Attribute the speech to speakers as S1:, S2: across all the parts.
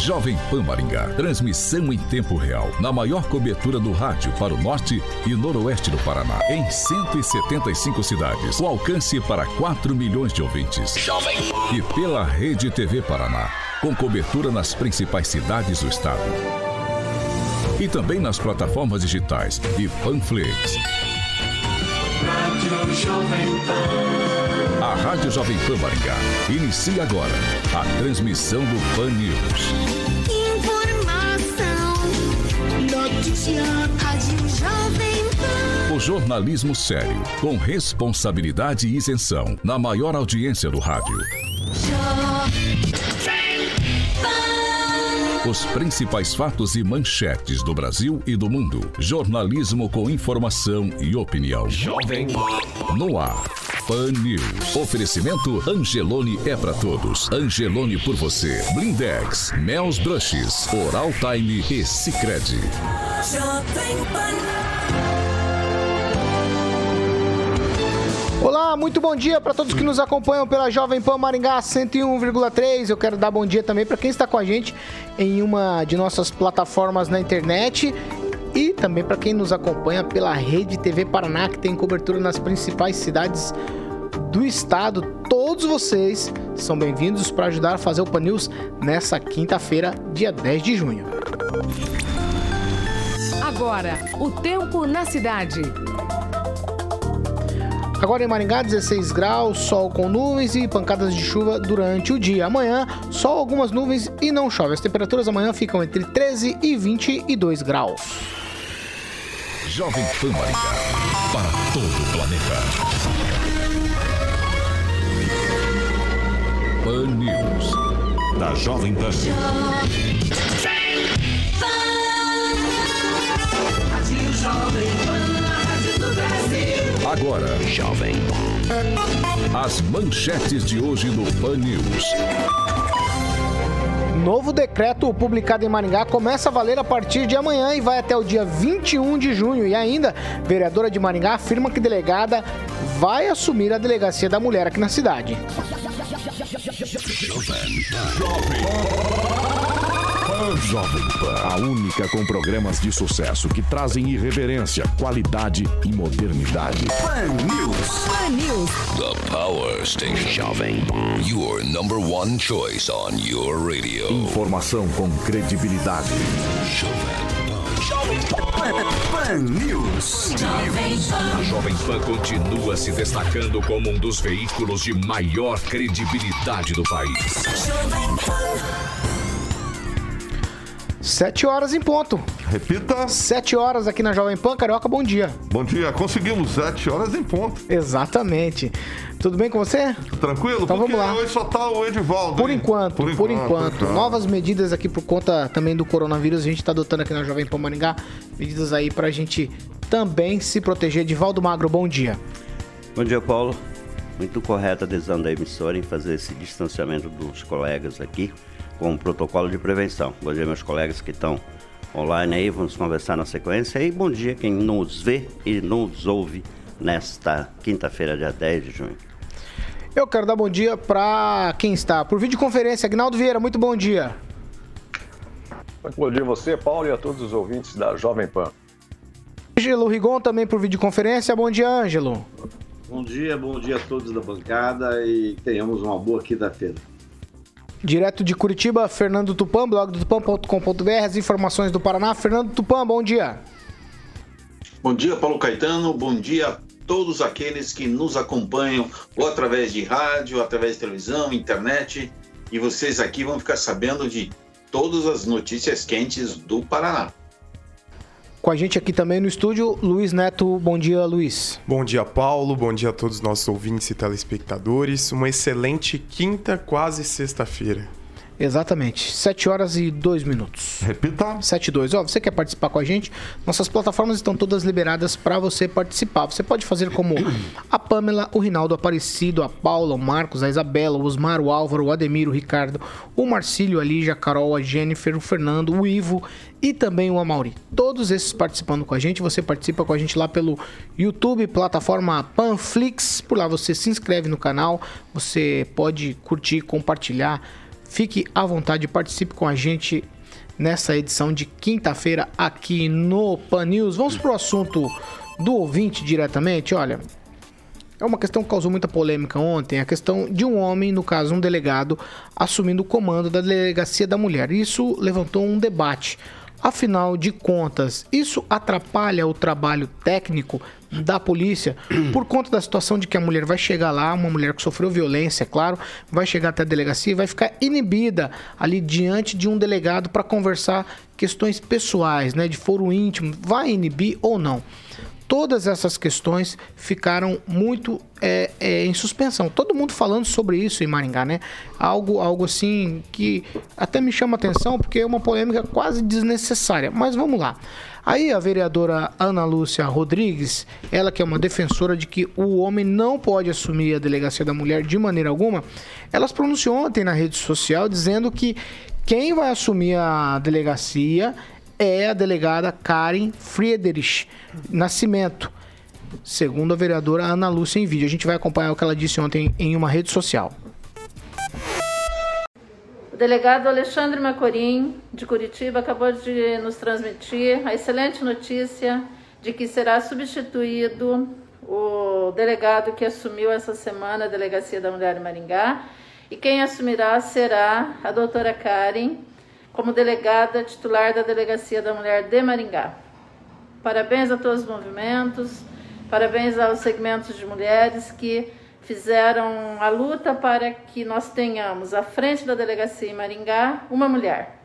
S1: Jovem Pan Maringá. Transmissão em tempo real. Na maior cobertura do rádio para o norte e noroeste do Paraná. Em 175 cidades. Com alcance para 4 milhões de ouvintes. Jovem Pan. E pela Rede TV Paraná. Com cobertura nas principais cidades do estado. E também nas plataformas digitais e Panflix. Rádio Jovem Pan. A Rádio Jovem Pan Maringá inicia agora a transmissão do Pan News.
S2: Informação, notícia, Rádio Jovem Pan.
S1: O jornalismo sério, com responsabilidade e isenção, na maior audiência do rádio. Os principais fatos e manchetes do Brasil e do mundo. Jornalismo com informação e opinião. Jovem Pan. No ar. Pan News. Oferecimento Angelone é pra todos. Angelone por você. Blindex, Mel's Brushes, Oral Time e Sicredi. Jovem Pan.
S3: Olá, muito bom dia para todos que nos acompanham pela Jovem Pan Maringá 101,3. Eu quero dar bom dia também para quem está com a gente em uma de nossas plataformas na internet e também para quem nos acompanha pela Rede TV Paraná, que tem cobertura nas principais cidades do estado. Todos vocês são bem-vindos para ajudar a fazer o Pan News nessa quinta-feira, dia 10 de junho.
S4: Agora, o tempo na cidade.
S3: Agora em Maringá, 16 graus, sol com nuvens e pancadas de chuva durante o dia. Amanhã, sol, algumas nuvens e não chove. As temperaturas amanhã ficam entre 13 e 22 graus.
S1: Jovem Pan Maringá, para todo o planeta. Pan News, da Jovem Pan. Agora, Jovem Pan. As manchetes de hoje no Pan News.
S3: Novo decreto publicado em Maringá começa a valer a partir de amanhã e vai até o dia 21 de junho. E ainda, vereadora de Maringá afirma que delegada vai assumir a delegacia da mulher aqui na cidade.
S5: Jovem Pan, a única com programas de sucesso que trazem irreverência, qualidade e modernidade.
S6: Pan News.
S4: Pan News.
S1: The Power Station. Jovem Pan. Your number one choice on your radio.
S5: Informação com credibilidade.
S6: Jovem Pan News.
S1: A Jovem Pan continua se destacando como um dos veículos de maior credibilidade do país.
S6: Jovem Pan.
S3: 7 horas em ponto.
S7: Repita.
S3: 7 horas aqui na Jovem Pan. Carioca, bom dia.
S7: Bom dia. Conseguimos 7 horas em ponto.
S3: Exatamente. Tudo bem com você?
S7: Tranquilo?
S3: Então
S7: porque
S3: vamos lá.
S7: Hoje só tá o Edivaldo.
S3: Por enquanto. Novas medidas aqui por conta também do coronavírus. A gente está adotando aqui na Jovem Pan Maringá. Medidas aí pra gente também se proteger. Edivaldo Magro, bom dia.
S8: Bom dia, Paulo. Muito correta a decisão da emissora em fazer esse distanciamento dos colegas aqui com um protocolo de prevenção. Bom dia, meus colegas que estão online aí, vamos conversar na sequência. E bom dia quem nos vê e nos ouve nesta quinta-feira, dia 10 de junho.
S3: Eu quero dar bom dia para quem está por videoconferência. Agnaldo Vieira, muito bom dia.
S9: Muito bom dia a você, Paulo, e a todos os ouvintes da Jovem Pan.
S3: Ângelo Rigon também por videoconferência. Bom dia, Ângelo.
S10: Bom dia a todos da bancada e tenhamos uma boa quinta-feira.
S3: Direto de Curitiba, Fernando Tupan, blog do tupan.com.br, as informações do Paraná. Fernando Tupan, bom dia.
S11: Bom dia, Paulo Caetano. Bom dia a todos aqueles que nos acompanham ou através de rádio, através de televisão, internet. E vocês aqui vão ficar sabendo de todas as notícias quentes do Paraná.
S3: Com a gente aqui também no estúdio, Luiz Neto. Bom dia, Luiz.
S12: Bom dia, Paulo. Bom dia a todos os nossos ouvintes e telespectadores. Uma excelente quinta, quase sexta-feira.
S3: Exatamente. 7 horas e 2 minutos.
S7: Repita.
S3: 7 e 2. Ó, você quer participar com a gente? Nossas plataformas estão todas liberadas para você participar. Você pode fazer como a Pamela, o Rinaldo Aparecido, a Paula, o Marcos, a Isabela, o Osmar, o Álvaro, o Ademir, o Ricardo, o Marcílio, a Lígia, a Carol, a Jennifer, o Fernando, o Ivo e também o Amauri. Todos esses participando com a gente. Você participa com a gente lá pelo YouTube, plataforma Panflix. Por lá você se inscreve no canal. Você pode curtir, compartilhar, fique à vontade e participe com a gente nessa edição de quinta-feira aqui no Pan News. Vamos pro assunto do ouvinte diretamente. Olha, é uma questão que causou muita polêmica ontem, a questão de um homem, no caso um delegado, assumindo o comando da Delegacia da Mulher. Isso levantou um debate. Afinal de contas, isso atrapalha o trabalho técnico da polícia por conta da situação de que a mulher vai chegar lá, uma mulher que sofreu violência, é claro, vai chegar até a delegacia e vai ficar inibida ali diante de um delegado para conversar questões pessoais, né, de foro íntimo, vai inibir ou não? Todas essas questões ficaram muito em suspensão. Todo mundo falando sobre isso em Maringá, né? Algo assim que até me chama a atenção, porque é uma polêmica quase desnecessária. Mas vamos lá. Aí a vereadora Ana Lúcia Rodrigues, ela que é uma defensora de que o homem não pode assumir a Delegacia da Mulher de maneira alguma, ela se pronunciou ontem na rede social dizendo que quem vai assumir a delegacia é a delegada Karen Friedrich Nascimento, segundo a vereadora Ana Lúcia em vídeo. A gente vai acompanhar o que ela disse ontem em uma rede social.
S13: O delegado Alexandre Macorim, de Curitiba, acabou de nos transmitir a excelente notícia de que será substituído o delegado que assumiu essa semana a Delegacia da Mulher em Maringá, e quem assumirá será a doutora Karen, como delegada titular da Delegacia da Mulher de Maringá. Parabéns a todos os movimentos, parabéns aos segmentos de mulheres que fizeram a luta para que nós tenhamos à frente da delegacia em Maringá uma mulher.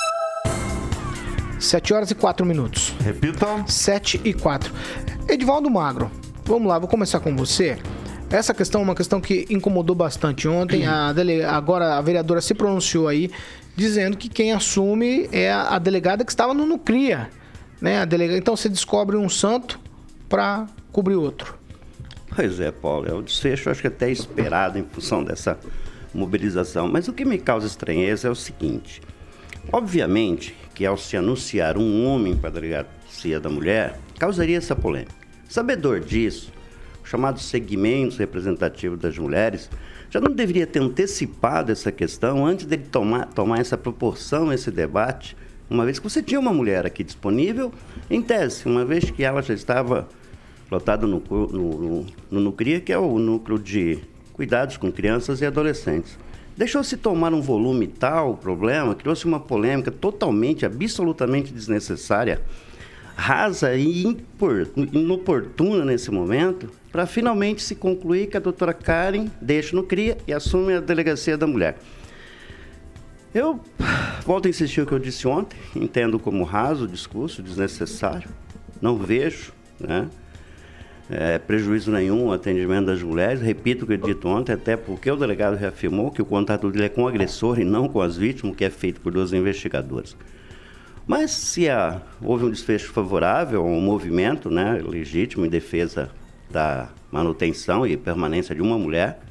S3: 7h04.
S7: Repita.
S3: 7h04. Edivaldo Magro, vamos lá, vou começar com você. Essa questão é uma questão que incomodou bastante ontem. Agora a vereadora se pronunciou aí, dizendo que quem assume é a delegada que estava no Nucria, né? Então você descobre um santo para cobrir outro.
S8: Pois é, Paulo, é o desfecho, acho que até esperado em função dessa mobilização. Mas o que me causa estranheza é o seguinte: obviamente que ao se anunciar um homem para a Delegacia da Mulher, causaria essa polêmica. Sabedor disso, os chamados segmentos representativos das mulheres já não deveria ter antecipado essa questão antes dele tomar essa proporção, esse debate, uma vez que você tinha uma mulher aqui disponível, em tese, uma vez que ela já estava lotada no NUCRIA, que é o Núcleo de Cuidados com Crianças e Adolescentes. Deixou-se tomar um volume tal, o problema, criou-se uma polêmica totalmente, absolutamente desnecessária, rasa e inoportuna nesse momento, para finalmente se concluir que a doutora Karen deixa no CRIA e assume a Delegacia da Mulher. Eu volto a insistir o que eu disse ontem, entendo como raso o discurso, desnecessário, não vejo, né, prejuízo nenhum ao atendimento das mulheres. Repito o que eu disse ontem, até porque o delegado reafirmou que o contato dele é com o agressor e não com as vítimas, que é feito por 2 investigadoras. Mas se houve um desfecho favorável, um movimento, né, legítimo em defesa da manutenção e permanência de uma mulher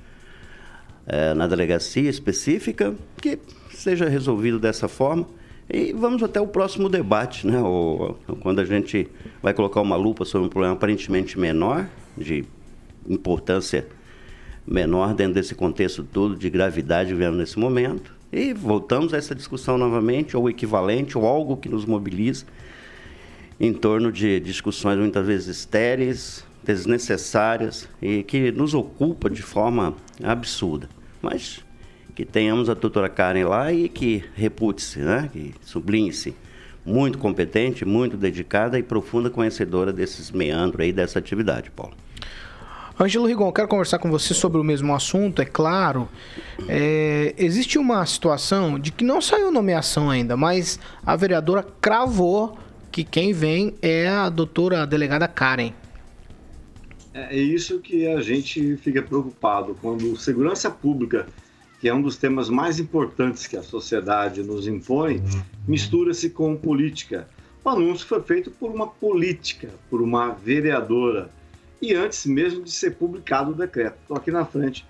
S8: na delegacia específica, que seja resolvido dessa forma. E vamos até o próximo debate, né? Quando a gente vai colocar uma lupa sobre um problema aparentemente menor, de importância menor dentro desse contexto todo de gravidade que vivemos nesse momento, e voltamos a essa discussão novamente, ou equivalente, ou algo que nos mobiliza em torno de discussões muitas vezes estéreis, desnecessárias e que nos ocupa de forma absurda. Mas que tenhamos a doutora Karen lá e que repute-se, né? Que sublinhe-se, muito competente, muito dedicada e profunda conhecedora desses meandros aí dessa atividade, Paulo.
S3: Ângelo Rigon, quero conversar com você sobre o mesmo assunto, é claro. Existe uma situação de que não saiu nomeação ainda, mas a vereadora cravou que quem vem é a doutora delegada Karen.
S10: É isso que a gente fica preocupado quando segurança pública, que é um dos temas mais importantes que a sociedade nos impõe, mistura-se com política. O anúncio foi feito por uma política, por uma vereadora, e antes mesmo de ser publicado o decreto. Estou aqui na frente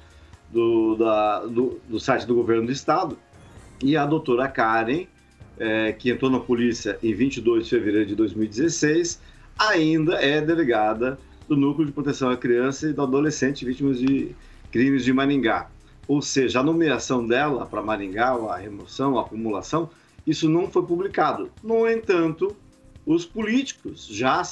S10: do site do governo do estado, e a doutora Karen, que entrou na polícia em 22 de fevereiro de 2016, ainda é delegada do Núcleo de Proteção à Criança e do Adolescente Vítimas de Crimes de Maringá. ou seja, a nomeação dela para Maringá, a remoção, a acumulação, isso não foi publicado. No entanto, os políticos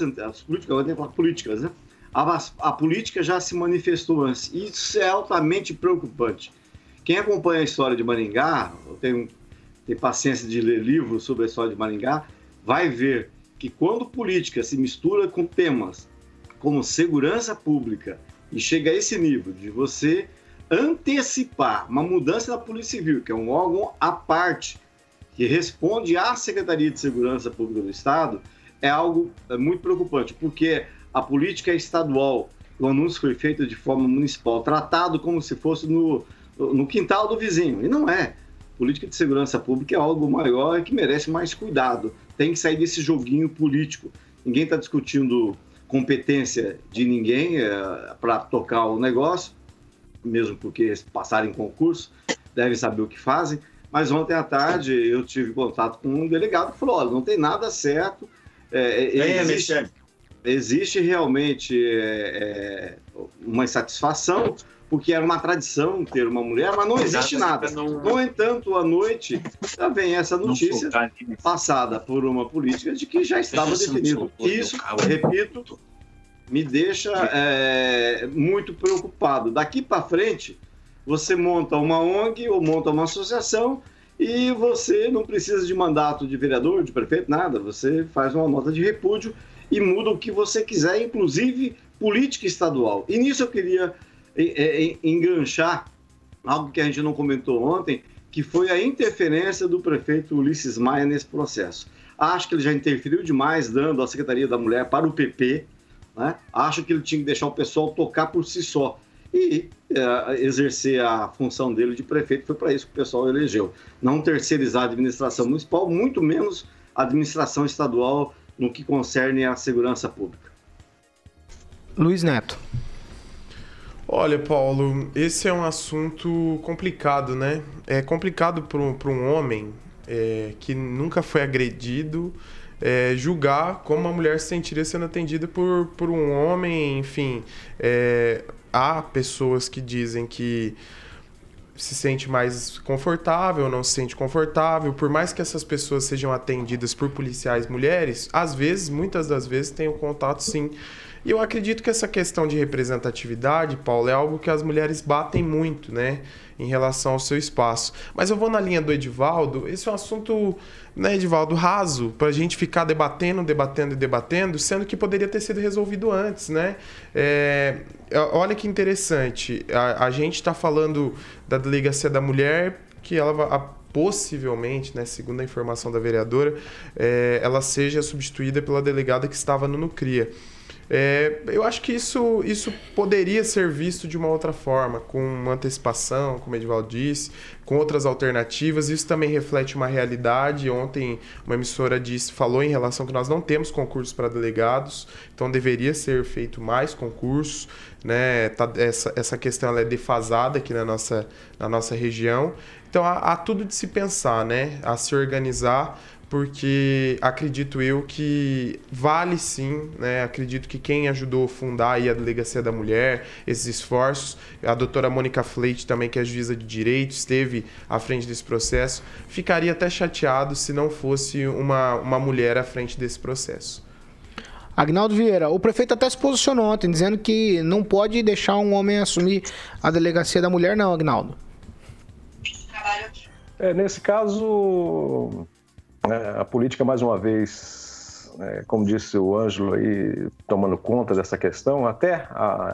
S10: né? A política já se manifestou antes. Isso é altamente preocupante. Quem acompanha a história de Maringá, tem paciência de ler livros sobre a história de Maringá, vai ver que quando política se mistura com temas como segurança pública e chega a esse nível de você antecipar uma mudança na Polícia Civil, que é um órgão à parte, que responde à Secretaria de Segurança Pública do Estado, é algo muito preocupante, porque a política é estadual, o anúncio foi feito de forma municipal, tratado como se fosse no quintal do vizinho, e não é. Política de segurança pública é algo maior e que merece mais cuidado. Tem que sair desse joguinho político. Ninguém está discutindo competência de ninguém para tocar o negócio, mesmo porque passaram em concurso, devem saber o que fazem. Mas ontem à tarde eu tive contato com um delegado que falou, olha, não tem nada certo, existe realmente uma insatisfação, porque era uma tradição ter uma mulher, mas não existe nada. No entanto, à noite, já vem essa notícia passada por uma política de que já estava definido. Isso, repito, me deixa muito preocupado. Daqui para frente, você monta uma ONG ou monta uma associação e você não precisa de mandato de vereador, de prefeito, nada. Você faz uma nota de repúdio e muda o que você quiser, inclusive política estadual. E nisso eu queria enganchar algo que a gente não comentou ontem, que foi a interferência do prefeito Ulisses Maia nesse processo. Acho que ele já interferiu demais, dando a Secretaria da Mulher para o PP, né? Acho que ele tinha que deixar o pessoal tocar por si só e exercer a função dele de prefeito. Foi para isso que o pessoal elegeu. Não terceirizar a administração municipal, muito menos a administração estadual no que concerne à segurança pública.
S3: Luiz Neto.
S12: Olha, Paulo, esse é um assunto complicado, né? É complicado para um homem que nunca foi agredido julgar como uma mulher se sentiria sendo atendida por um homem, enfim. Há pessoas que dizem que se sente mais confortável, não se sente confortável. Por mais que essas pessoas sejam atendidas por policiais mulheres, às vezes, muitas das vezes, tem um contato sim. E eu acredito que essa questão de representatividade, Paulo, é algo que as mulheres batem muito, né, em relação ao seu espaço. Mas eu vou na linha do Edivaldo. Esse é um assunto, né, Edivaldo, raso, para a gente ficar debatendo, sendo que poderia ter sido resolvido antes, né? Olha que interessante. A gente está falando da Delegacia da Mulher, que ela possivelmente, né, segundo a informação da vereadora, ela seja substituída pela delegada que estava no Nucria. Eu acho que isso poderia ser visto de uma outra forma, com uma antecipação, como o Edivaldo disse, com outras alternativas. Isso também reflete uma realidade. Ontem uma emissora falou em relação que nós não temos concursos para delegados, então deveria ser feito mais concursos, né? Essa questão ela é defasada aqui na nossa região. Então há tudo de se pensar, né? A se organizar, porque acredito eu que vale sim, né? Acredito que quem ajudou a fundar aí a Delegacia da Mulher, esses esforços, a doutora Mônica Fleite também, que é juíza de direito, esteve à frente desse processo, ficaria até chateado se não fosse uma mulher à frente desse processo.
S3: Agnaldo Vieira, o prefeito até se posicionou ontem, dizendo que não pode deixar um homem assumir a Delegacia da Mulher, não, Agnaldo.
S9: Nesse caso, a política, mais uma vez, como disse o Ângelo, aí, tomando conta dessa questão, até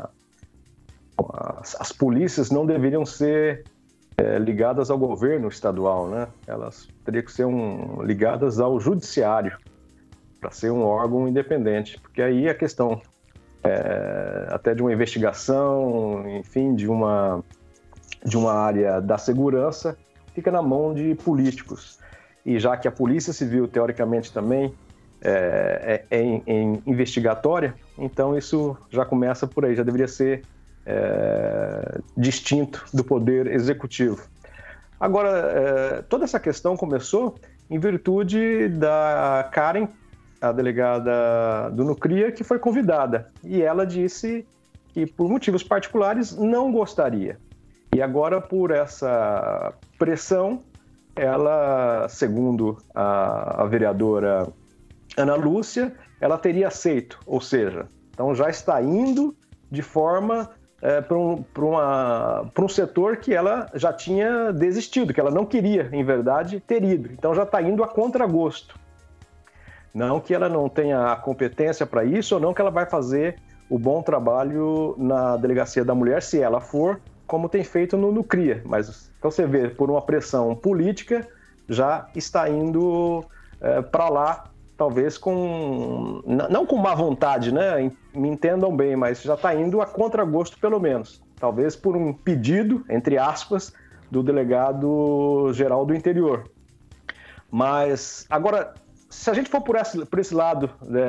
S9: as polícias não deveriam ser ligadas ao governo estadual, né? Elas teriam que ser ligadas ao judiciário, para ser um órgão independente, porque aí a questão até de uma investigação, enfim, de uma área da segurança, fica na mão de políticos. E já que a Polícia Civil, teoricamente, também é investigatória, então isso já começa por aí, já deveria ser distinto do Poder Executivo. Agora, toda essa questão começou em virtude da Karen, a delegada do Nucria, que foi convidada. E ela disse que, por motivos particulares, não gostaria. E agora, por essa pressão, ela, segundo a vereadora Ana Lúcia, ela teria aceito, ou seja, então já está indo de forma para um setor que ela já tinha desistido, que ela não queria, em verdade, ter ido. Então já está indo a contragosto. Não que ela não tenha a competência para isso, ou não que ela vai fazer o bom trabalho na Delegacia da Mulher, se ela for, como tem feito no CRIA. Mas, então você vê, por uma pressão política, já está indo para lá, talvez não com má vontade, né? Me entendam bem, mas já está indo a contragosto, pelo menos. Talvez por um pedido, entre aspas, do delegado-geral do interior. Mas, agora, se a gente for por esse lado,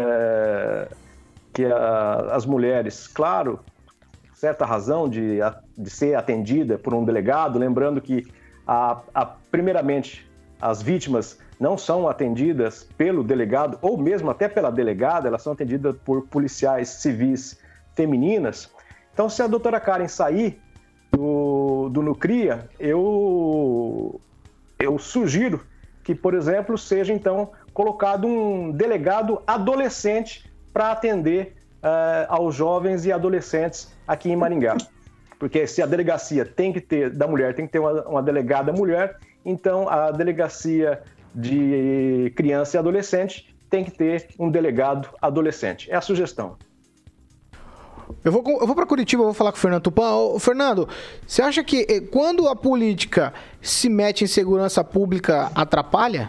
S9: que as mulheres, claro, certa razão de ser atendida por um delegado, lembrando que, primeiramente, as vítimas não são atendidas pelo delegado, ou mesmo até pela delegada, elas são atendidas por policiais civis femininas. Então, se a doutora Karen sair do Nucria, eu sugiro que, por exemplo, seja, então, colocado um delegado adolescente para atender aos jovens e adolescentes aqui em Maringá. Porque se a delegacia da mulher tem que ter uma delegada mulher, então a delegacia de criança e adolescente tem que ter um delegado adolescente. É a sugestão.
S3: Eu vou para Curitiba, vou falar com o Fernando Tupan. Ô, Fernando, você acha que quando a política se mete em segurança pública, atrapalha?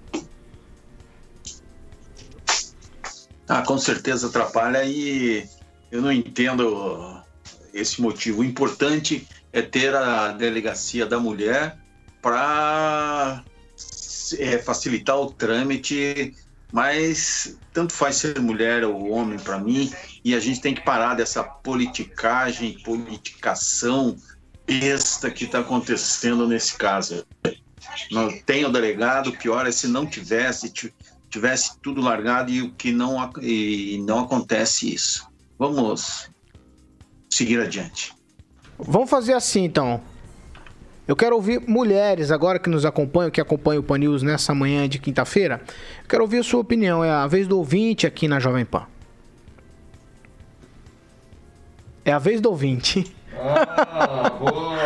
S11: Com certeza atrapalha, e eu não entendo esse motivo. O importante é ter a Delegacia da Mulher para facilitar o trâmite, mas tanto faz ser mulher ou homem para mim, e a gente tem que parar dessa politicagem, politicação besta que está acontecendo nesse caso. Não tem o delegado, pior é se não tivesse tudo largado, e não acontece isso. Vamos seguir adiante.
S3: Vamos fazer assim, então. Eu quero ouvir mulheres agora que nos acompanham, que acompanham o Pan News nessa manhã de quinta-feira. Eu quero ouvir a sua opinião. É a vez do ouvinte aqui na Jovem Pan. É a vez do ouvinte.
S7: Boa!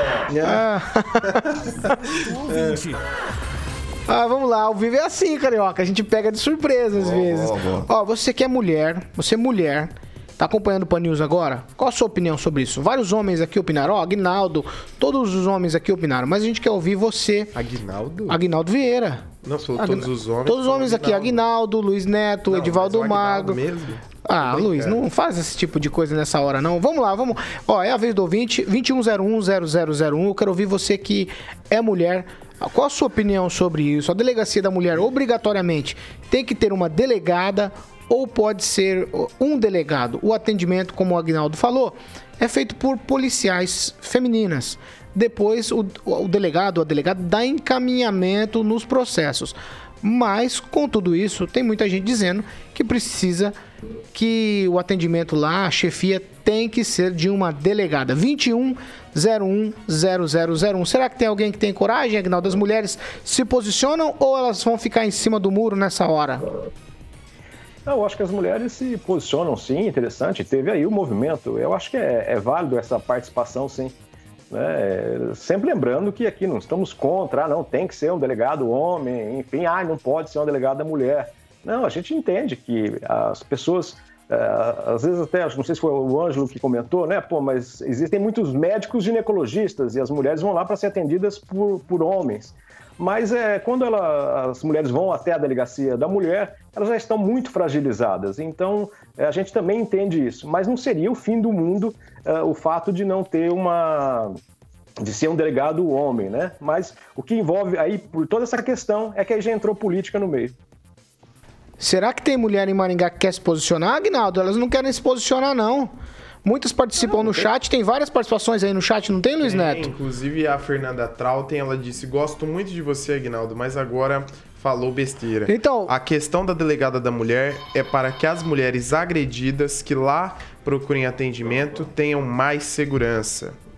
S3: Vamos lá, ao vivo é assim, carioca. A gente pega de surpresa às vezes. Ó, você que é mulher, tá acompanhando o Pan News agora? Qual a sua opinião sobre isso? Vários homens aqui opinaram. Aguinaldo, todos os homens aqui opinaram. Mas a gente quer ouvir você. Aguinaldo Vieira.
S12: Não, falou todos os homens.
S3: Todos os homens aqui. Aguinaldo, Luiz Neto, Edivaldo Magro.
S12: Mesmo?
S3: Luiz, não faz esse tipo de coisa nessa hora, não. Vamos lá, vamos. Ó, é a vez do ouvinte, 2101-0001. Eu quero ouvir você que é mulher. Qual a sua opinião sobre isso? A Delegacia da Mulher, obrigatoriamente, tem que ter uma delegada ou pode ser um delegado? O atendimento, como o Aguinaldo falou, é feito por policiais femininas. Depois, o delegado ou a delegada dá encaminhamento nos processos. Mas, com tudo isso, tem muita gente dizendo que precisa que o atendimento lá, a chefia, tem que ser de uma delegada. 2101-0001. Será que tem alguém que tem coragem, Aguinaldo? As mulheres se posicionam ou elas vão ficar em cima do muro nessa hora?
S9: Eu acho que as mulheres se posicionam, sim, interessante. Teve aí o movimento. Eu acho que é válido essa participação, sim. Sempre lembrando que aqui não estamos contra, não tem que ser um delegado homem, enfim, não pode ser uma delegada mulher. Não, a gente entende que as pessoas, às vezes até, não sei se foi o Ângelo que comentou, né? Mas existem muitos médicos ginecologistas e as mulheres vão lá para ser atendidas por homens. Mas quando as mulheres vão até a Delegacia da Mulher, elas já estão muito fragilizadas. Então, a gente também entende isso. Mas não seria o fim do mundo o fato de não ter de ser um delegado homem, né? Mas o que envolve aí, por toda essa questão, é que aí já entrou política no meio.
S3: Será que tem mulher em Maringá que quer se posicionar, Aguinaldo? Elas não querem se posicionar, não. Muitas participam no chat, tem várias participações aí no chat, não tem, Luiz Neto?
S12: Inclusive a Fernanda Trautem, ela disse: gosto muito de você, Aguinaldo, mas agora falou besteira.
S3: Então,
S12: a questão da delegada da mulher é para que as mulheres agredidas que lá procurem atendimento tenham mais segurança.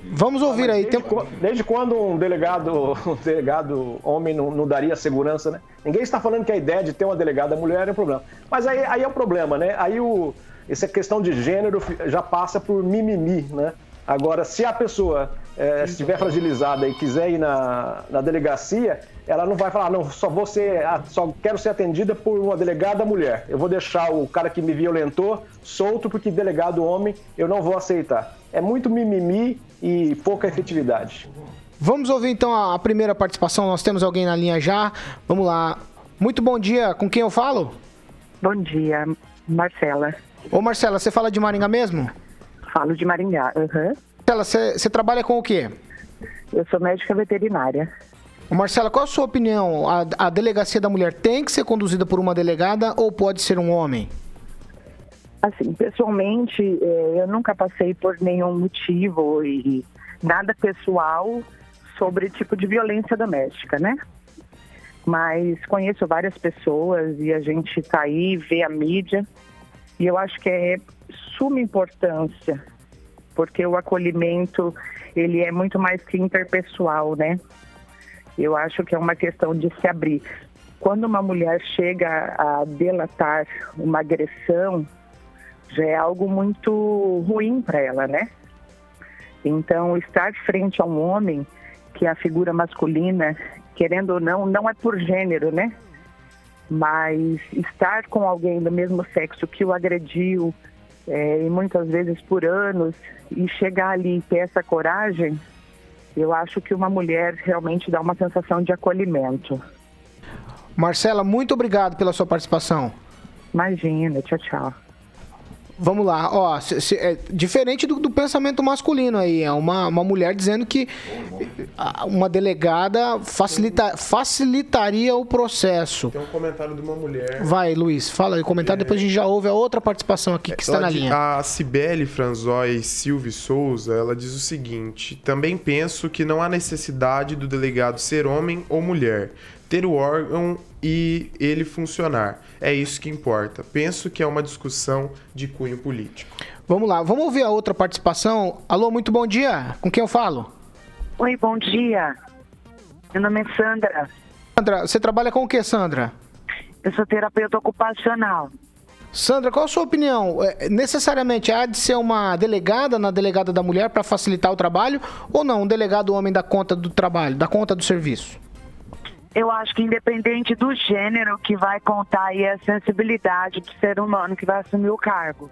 S3: Vamos ouvir aí.
S9: Desde quando um delegado homem não daria segurança, né? Ninguém está falando que a ideia de ter uma delegada mulher é um problema. Mas aí é o problema, né? Aí essa questão de gênero já passa por mimimi, né? Agora, se a pessoa estiver fragilizada e quiser ir na delegacia, ela não vai falar, não, só quero ser atendida por uma delegada mulher. Eu vou deixar o cara que me violentou solto porque delegado homem eu não vou aceitar. É muito mimimi e pouca efetividade.
S3: Vamos ouvir então a primeira participação. Nós temos alguém na linha já. Vamos lá. Muito bom dia. Com quem eu falo?
S14: Bom dia, Marcela.
S3: Ô Marcela, você fala de Maringá mesmo?
S14: Falo de Maringá, aham.
S3: Marcela, você trabalha com o quê?
S14: Eu sou médica veterinária.
S3: Ô Marcela, qual a sua opinião? A delegacia da mulher tem que ser conduzida por uma delegada ou pode ser um homem?
S14: Assim, pessoalmente, eu nunca passei por nenhum motivo e nada pessoal sobre tipo de violência doméstica, né? Mas conheço várias pessoas e a gente tá aí, vê a mídia, e eu acho que é suma importância, porque o acolhimento, ele é muito mais que interpessoal, né? Eu acho que é uma questão de se abrir. Quando uma mulher chega a delatar uma agressão, já é algo muito ruim para ela, né? Então, estar frente a um homem, que é a figura masculina, querendo ou não, não é por gênero, né? Mas estar com alguém do mesmo sexo que o agrediu, e muitas vezes por anos, e chegar ali e ter essa coragem, eu acho que uma mulher realmente dá uma sensação de acolhimento.
S3: Marcela, muito obrigado pela sua participação.
S14: Imagina, tchau, tchau.
S3: Vamos lá, ó, é diferente do pensamento masculino aí, é uma mulher dizendo que uma delegada facilitaria o processo.
S12: Tem um comentário de uma mulher.
S3: Vai, Luiz, fala aí o comentário, depois a gente já ouve a outra participação aqui que está na linha.
S12: A Cibele Franzói Silva Souza, ela diz o seguinte: também penso que não há necessidade do delegado ser homem ou mulher, ter o órgão e ele funcionar. É isso que importa. Penso que é uma discussão de cunho político.
S3: Vamos lá, vamos ouvir a outra participação. Alô, muito bom dia. Com quem eu falo?
S14: Oi, bom dia. Meu nome é Sandra.
S3: Sandra, você trabalha com o que, Sandra?
S14: Eu sou terapeuta ocupacional.
S3: Sandra, qual a sua opinião? Necessariamente há de ser uma delegada na delegada da mulher para facilitar o trabalho ou não? Um delegado homem dá conta do trabalho, dá conta do serviço?
S14: Eu acho que independente do gênero que vai contar aí a sensibilidade do ser humano que vai assumir o cargo.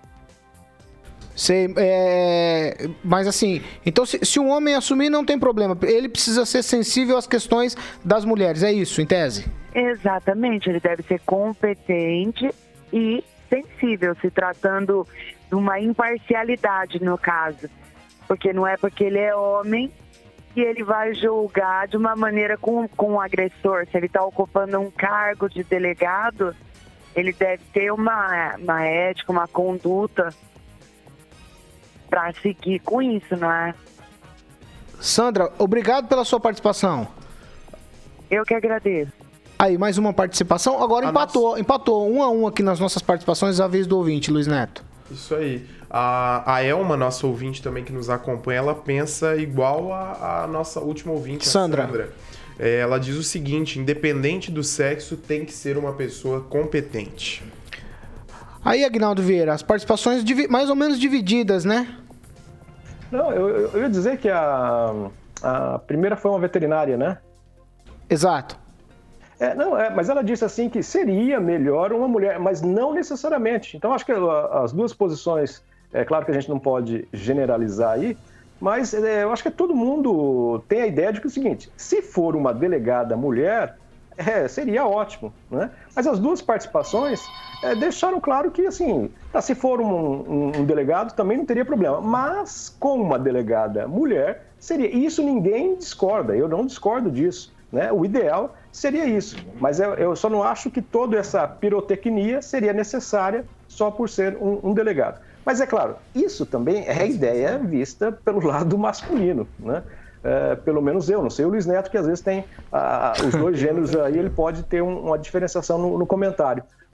S3: Sei, mas assim, então se um homem assumir não tem problema, ele precisa ser sensível às questões das mulheres, é isso, em tese?
S14: Exatamente, ele deve ser competente e sensível, se tratando de uma imparcialidade no caso, porque não é porque ele é homem que ele vai julgar de uma maneira com o agressor. Se ele está ocupando um cargo de delegado, ele deve ter uma ética, uma conduta para seguir com isso, não é?
S3: Sandra, obrigado pela sua participação.
S14: Eu que agradeço.
S3: Aí, mais uma participação. Agora empatou 1-1 aqui nas nossas participações, a vez do ouvinte, Luiz Neto.
S12: Isso aí. A Elma, nossa ouvinte também que nos acompanha, ela pensa igual a nossa última ouvinte,
S3: Sandra.
S12: A Sandra. Ela diz o seguinte: independente do sexo, tem que ser uma pessoa competente.
S3: Aí, Aguinaldo Vieira, as participações mais ou menos divididas, né?
S9: Não, eu ia dizer que a primeira foi uma veterinária, né?
S3: Exato.
S9: Mas ela disse assim que seria melhor uma mulher, mas não necessariamente. Então, acho que as duas posições, é claro que a gente não pode generalizar aí, mas eu acho que todo mundo tem a ideia de que é o seguinte: se for uma delegada mulher, seria ótimo, né? Mas as duas participações deixaram claro que, assim, se for um delegado também não teria problema, mas com uma delegada mulher seria. E isso ninguém discorda, eu não discordo disso, né? O ideal seria isso, mas eu só não acho que toda essa pirotecnia seria necessária só por ser um delegado. Mas é claro, isso também é a ideia vista pelo lado masculino, né? Pelo menos eu, não sei o Luiz Neto, que às vezes tem os dois gêneros aí, ele pode ter uma diferenciação no comentário.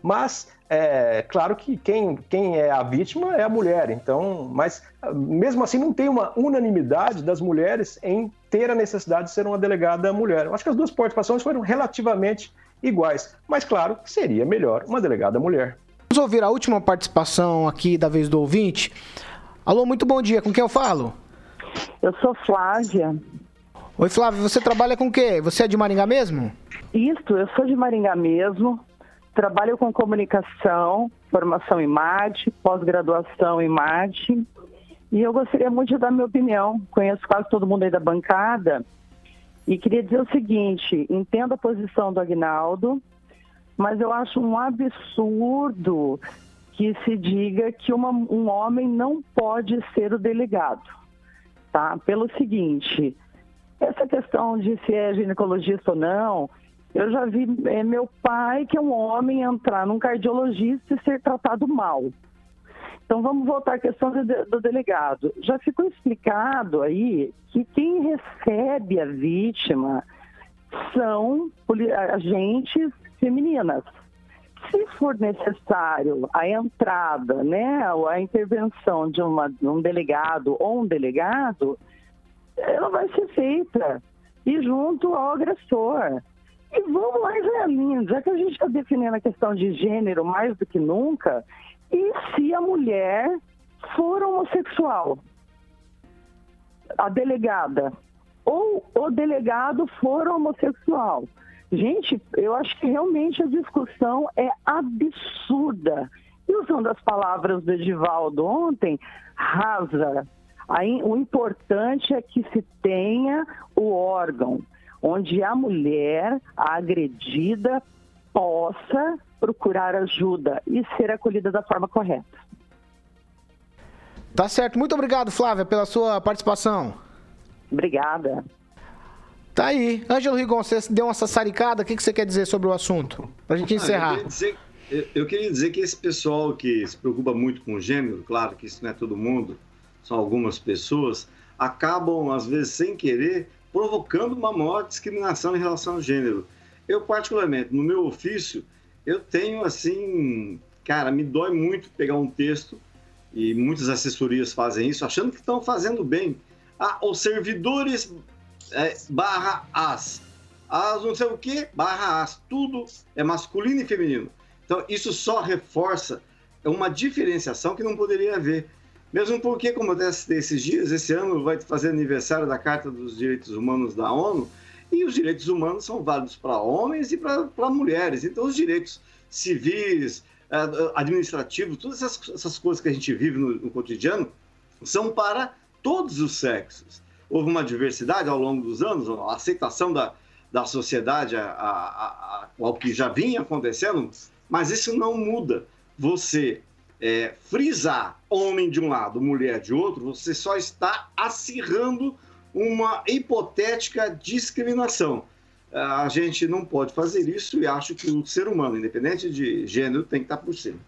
S9: Mas, claro que quem é a vítima é a mulher. Então, mas, mesmo assim, não tem uma unanimidade das mulheres em ter a necessidade de ser uma delegada mulher. Eu acho que as duas participações foram relativamente iguais. Mas, claro, seria melhor uma delegada mulher.
S3: Vamos ouvir a última participação aqui da vez do ouvinte. Alô, muito bom dia. Com quem eu falo?
S14: Eu sou Flávia.
S3: Oi, Flávia. Você trabalha com o quê? Você é de Maringá mesmo?
S14: Isso, eu sou de Maringá mesmo. Trabalho com comunicação, formação em MAD, pós-graduação em MAD. E eu gostaria muito de dar minha opinião. Conheço quase todo mundo aí da bancada. E queria dizer o seguinte, entendo a posição do Aguinaldo, mas eu acho um absurdo que se diga que um homem não pode ser o delegado. Tá? Pelo seguinte, essa questão de se é ginecologista ou não, eu já vi meu pai, que é um homem, entrar num cardiologista e ser tratado mal. Então vamos voltar à questão do delegado. Já ficou explicado aí que quem recebe a vítima são agentes femininas. Se for necessário a entrada, né, a intervenção de um delegado ou um delegado, ela vai ser feita e junto ao agressor. E vamos lá, Israelinho, já que a gente está definindo a questão de gênero mais do que nunca, e se a mulher for homossexual, a delegada, ou o delegado for homossexual? Gente, eu acho que realmente a discussão é absurda. E usando as palavras do Edivaldo ontem, rasa. Aí, o importante é que se tenha o órgão onde a mulher, a agredida, possa procurar ajuda e ser acolhida da forma correta.
S3: Tá certo. Muito obrigado, Flávia, pela sua participação.
S14: Obrigada.
S3: Tá aí. Ângelo Rigon, você deu uma sassaricada. O que você quer dizer sobre o assunto? Pra gente encerrar.
S10: Eu queria dizer que esse pessoal que se preocupa muito com o gênero, claro que isso não é todo mundo, são algumas pessoas, acabam, às vezes, sem querer, provocando uma maior discriminação em relação ao gênero. Eu, particularmente, no meu ofício, eu tenho, assim, cara, me dói muito pegar um texto, e muitas assessorias fazem isso, achando que estão fazendo bem. Os servidores /as, as não sei o que, /as, tudo é masculino e feminino. Então, isso só reforça uma diferenciação que não poderia haver. Mesmo porque, como eu citei esses dias, esse ano vai fazer aniversário da Carta dos Direitos Humanos da ONU, e os direitos humanos são válidos para homens e para mulheres. Então, os direitos civis, administrativos, todas essas coisas que a gente vive no cotidiano, são para todos os sexos. Houve uma diversidade ao longo dos anos, a aceitação da sociedade ao que já vinha acontecendo, mas isso não muda. Você frisar homem de um lado, mulher de outro, você só está acirrando uma hipotética discriminação. A gente não pode fazer isso e acho que o ser humano, independente de gênero, tem que estar por cima.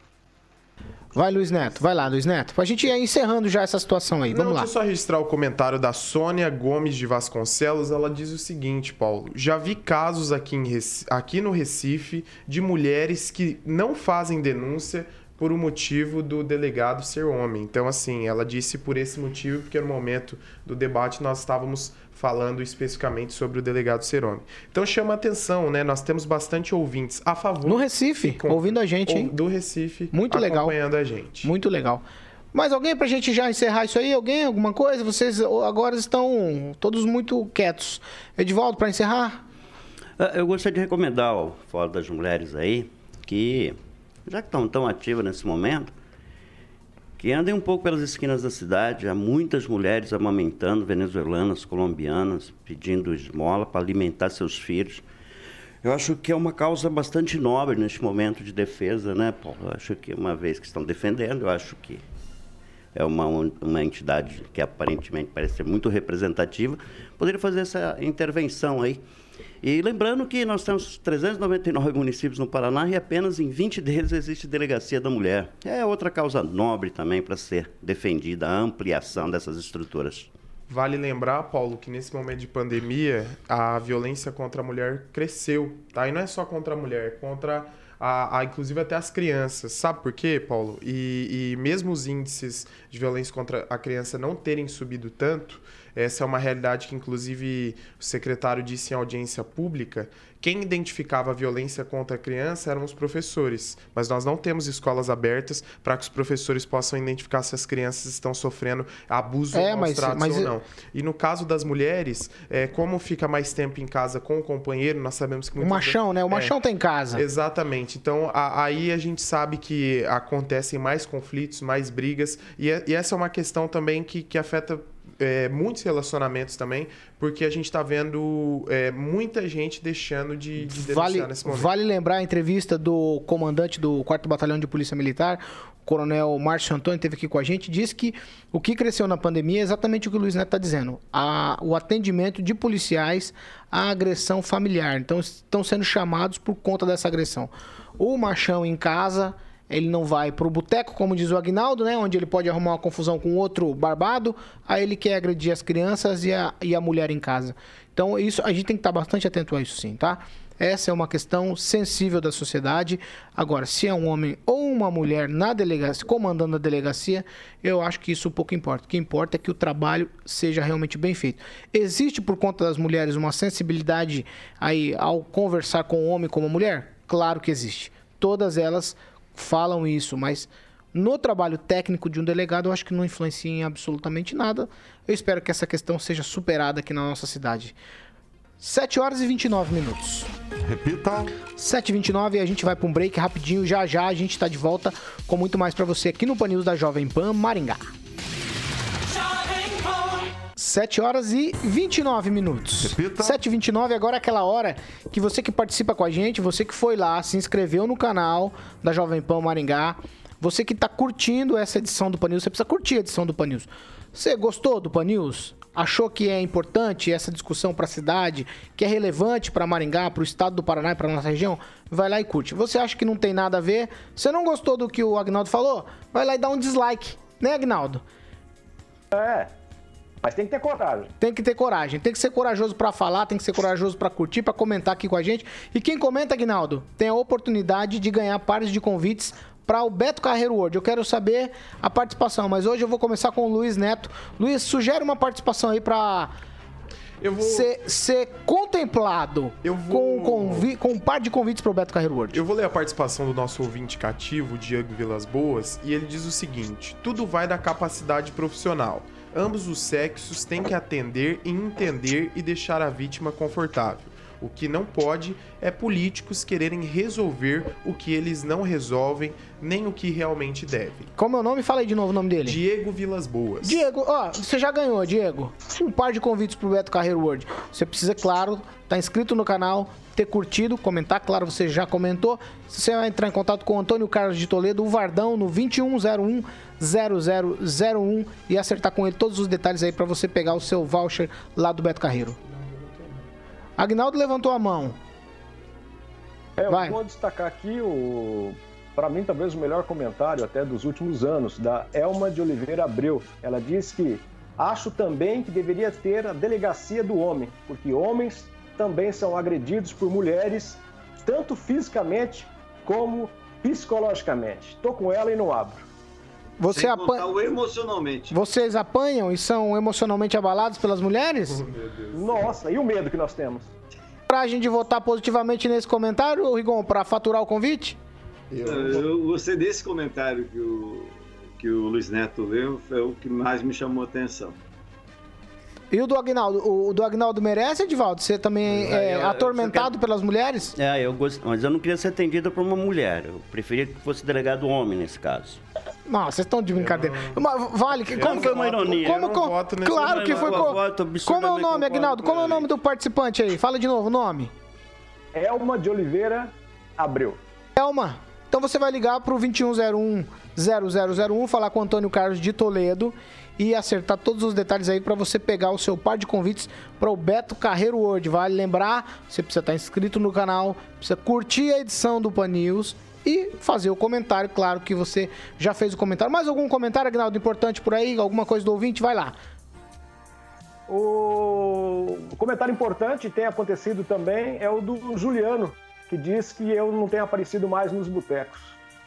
S3: Vai, Luiz Neto. Vai lá, Luiz Neto. Pra gente ir encerrando já essa situação aí. Vamos lá.
S12: Deixa eu só registrar o comentário da Sônia Gomes de Vasconcelos. Ela diz o seguinte, Paulo. Já vi casos aqui no Recife de mulheres que não fazem denúncia por o motivo do delegado ser homem. Então, assim, ela disse por esse motivo, porque no momento do debate nós estávamos falando especificamente sobre o delegado ser homem. Então, chama a atenção, né? Nós temos bastante ouvintes a favor...
S3: No Recife, ouvindo a gente, hein?
S12: Do Recife,
S3: muito legal.
S12: Acompanhando a gente.
S3: Muito legal. Mais alguém pra gente já encerrar isso aí? Alguém? Alguma coisa? Vocês agora estão todos muito quietos. Edivaldo, para encerrar?
S8: Eu gostaria de recomendar ao Fórum das Mulheres aí que... já que estão tão ativas nesse momento, que andem um pouco pelas esquinas da cidade. Há muitas mulheres amamentando, venezuelanas, colombianas, pedindo esmola para alimentar seus filhos. Eu acho que é uma causa bastante nobre neste momento de defesa, né, Paulo? Eu acho que uma vez que estão defendendo, eu acho que é uma entidade que aparentemente parece ser muito representativa, poderia fazer essa intervenção aí. E lembrando que nós temos 399 municípios no Paraná e apenas em 20 deles existe delegacia da mulher. É outra causa nobre também para ser defendida, a ampliação dessas estruturas.
S12: Vale lembrar, Paulo, que nesse momento de pandemia, a violência contra a mulher cresceu, tá? E não é só contra a mulher, é contra inclusive até as crianças. Sabe por quê, Paulo? E mesmo os índices de violência contra a criança não terem subido tanto, essa é uma realidade que, inclusive, o secretário disse em audiência pública. Quem identificava a violência contra a criança eram os professores, mas nós não temos escolas abertas para que os professores possam identificar se as crianças estão sofrendo abuso ou maus tratos ou não. E no caso das mulheres, como fica mais tempo em casa com o companheiro, nós sabemos que...
S3: O machão, né? O machão tá em casa.
S12: Exatamente. Então, aí a gente sabe que acontecem mais conflitos, mais brigas, e essa é uma questão também que afeta... muitos relacionamentos também, porque a gente está vendo muita gente deixando de denunciar nesse momento.
S3: Vale lembrar a entrevista do comandante do 4º Batalhão de Polícia Militar, o coronel Márcio Antônio, esteve aqui com a gente, disse que o que cresceu na pandemia é exatamente o que o Luiz Neto está dizendo, o atendimento de policiais à agressão familiar. Então, estão sendo chamados por conta dessa agressão. O machão em casa... Ele não vai pro boteco, como diz o Aguinaldo, né? Onde ele pode arrumar uma confusão com outro barbado. Aí ele quer agredir as crianças e a mulher em casa. Então, isso a gente tem que estar bastante atento a isso, sim, tá? Essa é uma questão sensível da sociedade. Agora, se é um homem ou uma mulher na delegacia, comandando a delegacia, eu acho que isso pouco importa. O que importa é que o trabalho seja realmente bem feito. Existe, por conta das mulheres, uma sensibilidade aí ao conversar com o homem como a mulher? Claro que existe. Todas elas falam isso, mas no trabalho técnico de um delegado eu acho que não influencia em absolutamente nada. Eu espero que essa questão seja superada aqui na nossa cidade. 7 horas e 29 minutos.
S5: Repita.
S3: 7h29 e a gente vai para um break rapidinho. Já já a gente está de volta com muito mais para você aqui no Pan News da Jovem Pan Maringá. 7 horas e 29 minutos.
S5: Repita.
S3: 7h29, agora é aquela hora que você que participa com a gente, você que foi lá, se inscreveu no canal da Jovem Pan Maringá, você que está curtindo essa edição do Pan News, você precisa curtir a edição do Pan News. Você gostou do Pan News? Achou que é importante essa discussão para a cidade, que é relevante para Maringá, para o estado do Paraná e para nossa região? Vai lá e curte. Você acha que não tem nada a ver? Você não gostou do que o Aguinaldo falou? Vai lá e dá um dislike, né, Aguinaldo?
S9: Mas tem que ter coragem.
S3: Tem que ter coragem. Tem que ser corajoso pra falar, tem que ser corajoso pra curtir, pra comentar aqui com a gente. E quem comenta, Aguinaldo, tem a oportunidade de ganhar pares de convites para o Beto Carreiro World. Eu quero saber a participação, mas hoje eu vou começar com o Luiz Neto. Luiz, sugere uma participação aí pra ser contemplado com um par de convites para o Beto Carreiro World.
S12: Eu vou ler a participação do nosso ouvinte cativo, Diego Vilas Boas, e ele diz o seguinte: tudo vai da capacidade profissional. Ambos os sexos têm que atender e entender e deixar a vítima confortável. O que não pode é políticos quererem resolver o que eles não resolvem, nem o que realmente devem.
S3: Como é o nome? Fala aí de novo o nome dele.
S12: Diego Vilas Boas.
S3: Diego, você já ganhou, Diego. Um par de convites pro Beto Carreiro World. Você precisa, claro, estar inscrito no canal, ter curtido, comentar, claro, você já comentou. Você vai entrar em contato com o Antônio Carlos de Toledo, o Vardão, no 2101-0001 e acertar com ele todos os detalhes aí para você pegar o seu voucher lá do Beto Carreiro. Aguinaldo levantou a mão.
S9: Eu vou destacar aqui, para mim, talvez o melhor comentário até dos últimos anos, da Elma de Oliveira Abreu. Ela diz que acho também que deveria ter a delegacia do homem, porque homens também são agredidos por mulheres, tanto fisicamente como psicologicamente. Tô com ela e não abro.
S3: Você
S10: emocionalmente.
S3: Vocês apanham e são emocionalmente abalados pelas mulheres?
S9: Nossa, e o medo que nós temos?
S3: Coragem de votar positivamente nesse comentário, Rigon, para faturar o convite?
S10: Eu gostei desse comentário que o Luiz Neto leu, foi o que mais me chamou a atenção.
S3: E o do Aguinaldo? O do Aguinaldo merece, Edivaldo? Você também é atormentado pelas mulheres?
S8: Eu gosto, mas eu não queria ser atendido por uma mulher. Eu preferia que fosse delegado homem nesse caso.
S3: Não, vocês estão de brincadeira. Vale, como
S8: foi uma ironia?
S3: Claro que foi. Como é o nome, Aguinaldo? Como é o nome do participante aí? Fala de novo o nome.
S9: Elma de Oliveira Abreu.
S3: Elma, então você vai ligar pro 2101-0001, falar com o Antônio Carlos de Toledo e acertar todos os detalhes aí para você pegar o seu par de convites para o Beto Carreiro World. Vale lembrar, você precisa estar inscrito no canal, precisa curtir a edição do Pan News e fazer o comentário. Claro que você já fez o comentário. Mais algum comentário, Aguinaldo, importante por aí? Alguma coisa do ouvinte? Vai lá.
S9: O comentário importante tem acontecido também é o do Juliano, que diz que eu não tenho aparecido mais nos botecos.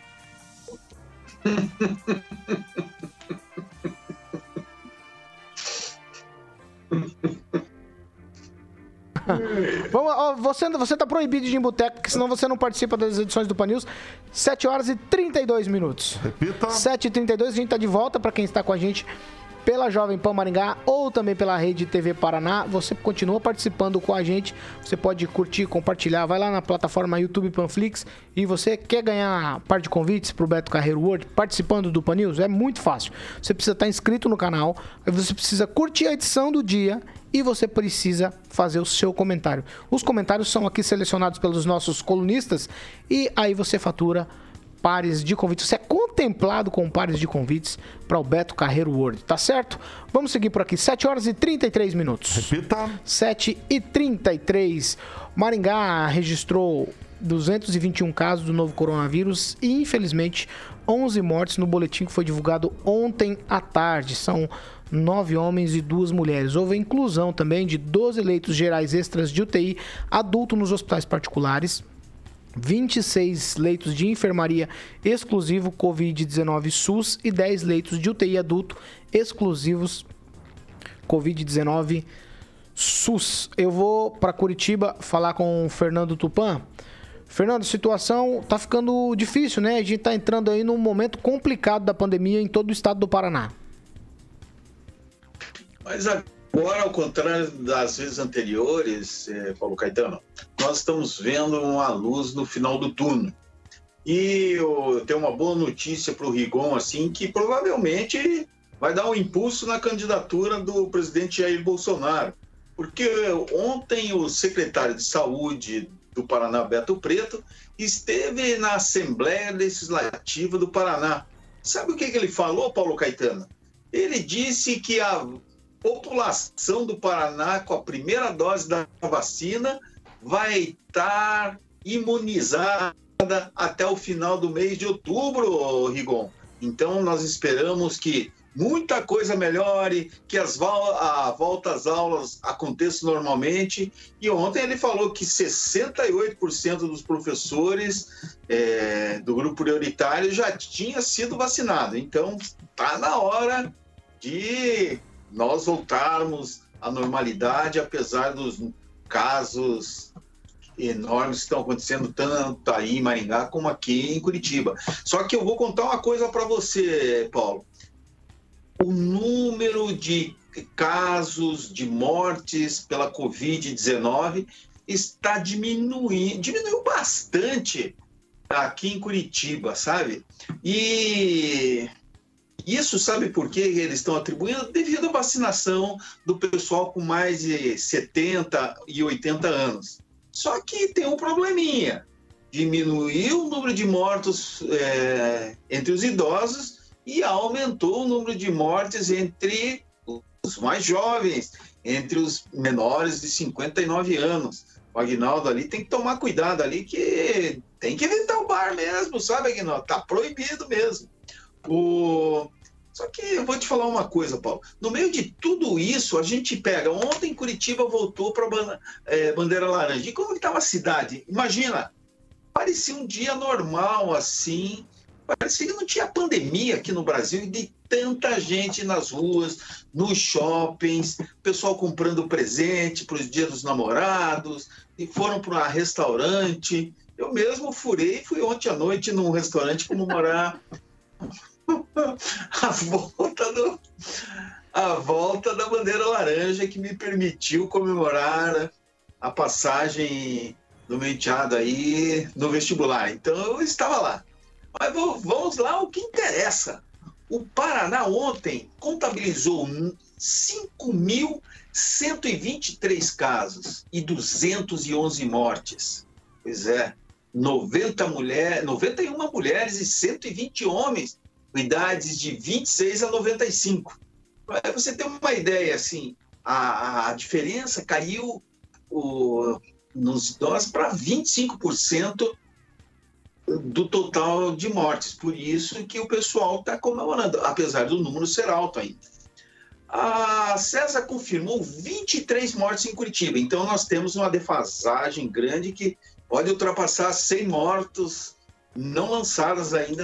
S3: Você tá proibido de ir em boteco, porque senão você não participa das edições do Pan News. 7 horas e 32 minutos.
S15: Repita.
S3: 7h32, a gente tá de volta para quem está com a gente pela Jovem Pan Maringá ou também pela Rede TV Paraná. Você continua participando com a gente. Você pode curtir, compartilhar. Vai lá na plataforma YouTube Panflix e você quer ganhar par de convites pro Beto Carreiro World participando do Pan News? É muito fácil. Você precisa estar inscrito no canal, aí você precisa curtir a edição do dia e você precisa fazer o seu comentário. Os comentários são aqui selecionados pelos nossos colunistas e aí você fatura pares de convites. Você é contemplado com pares de convites para o Beto Carreiro World, tá certo? Vamos seguir por aqui, 7 horas e 33 minutos.
S15: Repita.
S3: 7h33. Maringá registrou 221 casos do novo coronavírus e, infelizmente, 11 mortes no boletim que foi divulgado ontem à tarde. São 9 homens e 2 mulheres. Houve a inclusão também de 12 leitos gerais extras de UTI adulto nos hospitais particulares, 26 leitos de enfermaria exclusivo Covid-19 SUS e 10 leitos de UTI adulto exclusivos Covid-19 SUS. Eu vou para Curitiba falar com o Fernando Tupan. Fernando, a situação tá ficando difícil, né? A gente tá entrando aí num momento complicado da pandemia em todo o estado do Paraná.
S11: Mas agora, ao contrário das vezes anteriores, Paulo Caetano, nós estamos vendo uma luz no final do túnel. E eu tenho uma boa notícia para o Rigon, assim, que provavelmente vai dar um impulso na candidatura do presidente Jair Bolsonaro. Porque ontem o secretário de Saúde do Paraná, Beto Preto, esteve na Assembleia Legislativa do Paraná. Sabe o que ele falou, Paulo Caetano? Ele disse que a população do Paraná, com a primeira dose da vacina, vai estar imunizada até o final do mês de outubro, Rigon. Então, nós esperamos que muita coisa melhore, que a volta às aulas aconteça normalmente. E ontem ele falou que 68% dos professores do grupo prioritário já tinha sido vacinado. Então, está na hora de nós voltarmos à normalidade, apesar dos casos enormes que estão acontecendo tanto aí em Maringá como aqui em Curitiba. Só que eu vou contar uma coisa para você, Paulo. O número de casos de mortes pela Covid-19 está diminuindo, diminuiu bastante aqui em Curitiba, sabe? E isso, sabe por que eles estão atribuindo? Devido à vacinação do pessoal com mais de 70 e 80 anos. Só que tem um probleminha. Diminuiu o número de mortos entre os idosos e aumentou o número de mortes entre os mais jovens, entre os menores de 59 anos. O Aguinaldo ali tem que tomar cuidado ali, que tem que evitar o bar mesmo, sabe, Aguinaldo? Tá proibido mesmo. Só que eu vou te falar uma coisa, Paulo. No meio de tudo isso, a gente pega... Ontem Curitiba voltou para bandeira laranja. E como estava a cidade? Imagina, parecia um dia normal, assim... Parecia que não tinha pandemia aqui no Brasil, de tanta gente nas ruas, nos shoppings, pessoal comprando presente para os dias dos namorados, e foram para um restaurante. Eu mesmo furei e fui ontem à noite num restaurante comemorar a volta da bandeira laranja, que me permitiu comemorar a passagem do meu enteado aí no vestibular. Então eu estava lá. Mas vamos lá ao que interessa. O Paraná ontem contabilizou 5.123 casos e 211 mortes. Pois é, 91 mulheres e 120 homens, com idades de 26 a 95. Para você ter uma ideia, assim, a diferença caiu nos idosos para 25% do total de mortes. Por isso que o pessoal está comemorando, apesar do número ser alto ainda. A CESA confirmou 23 mortes em Curitiba, então nós temos uma defasagem grande que pode ultrapassar 100 mortos não lançadas ainda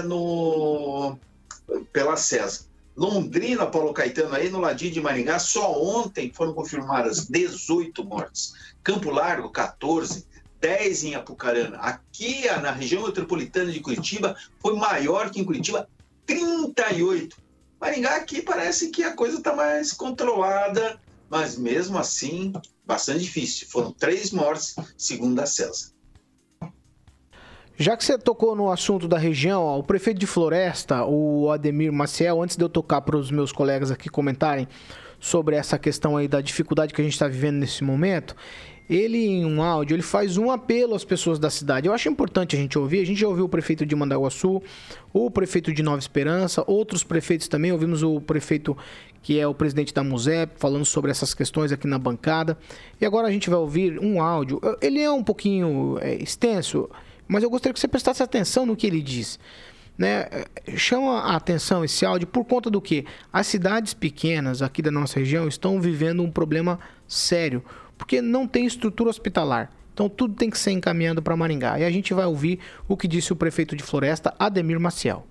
S11: pela CESA. Londrina, Paulo Caetano, aí no ladinho de Maringá, só ontem foram confirmadas 18 mortes. Campo Largo, 14, 10 em Apucarana. Aqui na região metropolitana de Curitiba foi maior que em Curitiba, 38. Maringá aqui parece que a coisa está mais controlada, mas mesmo assim, bastante difícil. Foram 3 mortes, segundo a CESA.
S3: Já que você tocou no assunto da região, o prefeito de Floresta, o Ademir Maciel, antes de eu tocar para os meus colegas aqui comentarem sobre essa questão aí da dificuldade que a gente está vivendo nesse momento, ele, em um áudio, ele faz um apelo às pessoas da cidade. Eu acho importante a gente ouvir. A gente já ouviu o prefeito de Mandaguaçu, o prefeito de Nova Esperança, outros prefeitos também. Ouvimos o prefeito que é o presidente da MUSEP falando sobre essas questões aqui na bancada. E agora a gente vai ouvir um áudio. Ele é um pouquinho extenso, mas eu gostaria que você prestasse atenção no que ele diz. Né? Chama a atenção esse áudio por conta do que as cidades pequenas aqui da nossa região estão vivendo um problema sério, porque não tem estrutura hospitalar. Então tudo tem que ser encaminhado para Maringá. E a gente vai ouvir o que disse o prefeito de Floresta, Ademir Maciel.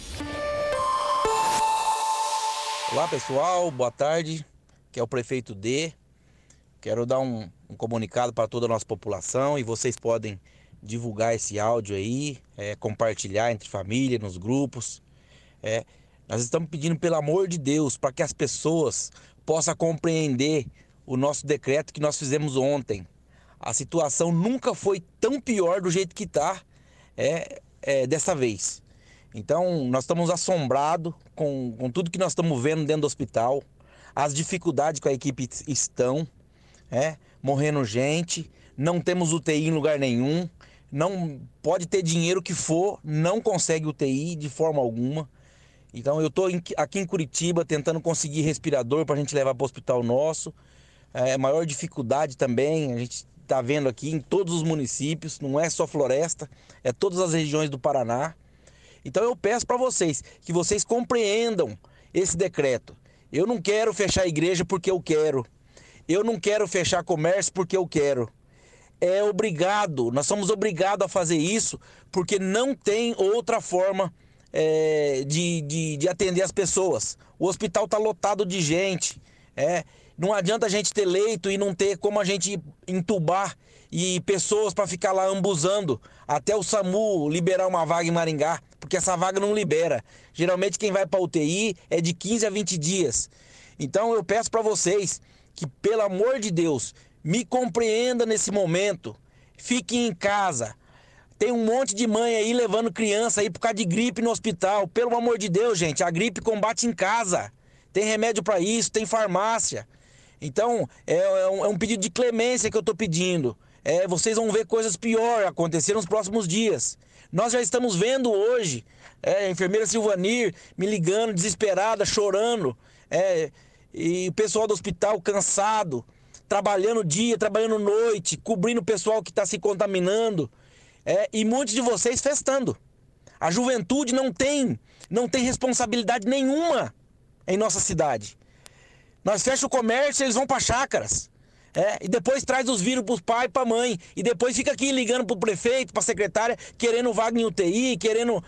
S15: Olá pessoal, boa tarde, que é o prefeito D. Quero dar um comunicado para toda a nossa população e vocês podem divulgar esse áudio aí, compartilhar entre família, nos grupos. Nós estamos pedindo, pelo amor de Deus, para que as pessoas possam compreender o nosso decreto que nós fizemos ontem. A situação nunca foi tão pior do jeito que está dessa vez. Então, nós estamos assombrados com tudo que nós estamos vendo dentro do hospital, as dificuldades que a equipe estão, morrendo gente, não temos UTI em lugar nenhum, não pode ter dinheiro que for, não consegue UTI de forma alguma. Então, eu estou aqui em Curitiba tentando conseguir respirador para a gente levar para o hospital nosso. Maior dificuldade também, a gente está vendo aqui em todos os municípios, não é só Floresta, é todas as regiões do Paraná. Então eu peço para vocês que vocês compreendam esse decreto. Eu não quero fechar a igreja porque eu quero. Eu não quero fechar comércio porque eu quero. É obrigado, nós somos obrigados a fazer isso porque não tem outra forma de atender as pessoas. O hospital está lotado de gente, não adianta a gente ter leito e não ter como a gente entubar e pessoas para ficar lá ambuzando até o SAMU liberar uma vaga em Maringá, porque essa vaga não libera. Geralmente quem vai para UTI é de 15 a 20 dias. Então eu peço para vocês que, pelo amor de Deus, me compreenda nesse momento. Fiquem em casa. Tem um monte de mãe aí levando criança aí por causa de gripe no hospital. Pelo amor de Deus, gente, a gripe combate em casa. Tem remédio para isso, tem farmácia. Então, é um pedido de clemência que eu estou pedindo. Vocês vão ver coisas piores acontecer nos próximos dias. Nós já estamos vendo hoje a enfermeira Silvanir me ligando, desesperada, chorando. E o pessoal do hospital cansado, trabalhando dia, trabalhando noite, cobrindo o pessoal que está se contaminando. E muitos de vocês festando. A juventude não tem responsabilidade nenhuma em nossa cidade. Nós fechamos o comércio, eles vão para chácaras. E depois traz os vírus para os pais e para a mãe. E depois fica aqui ligando para o prefeito, para a secretária, querendo vaga em UTI, querendo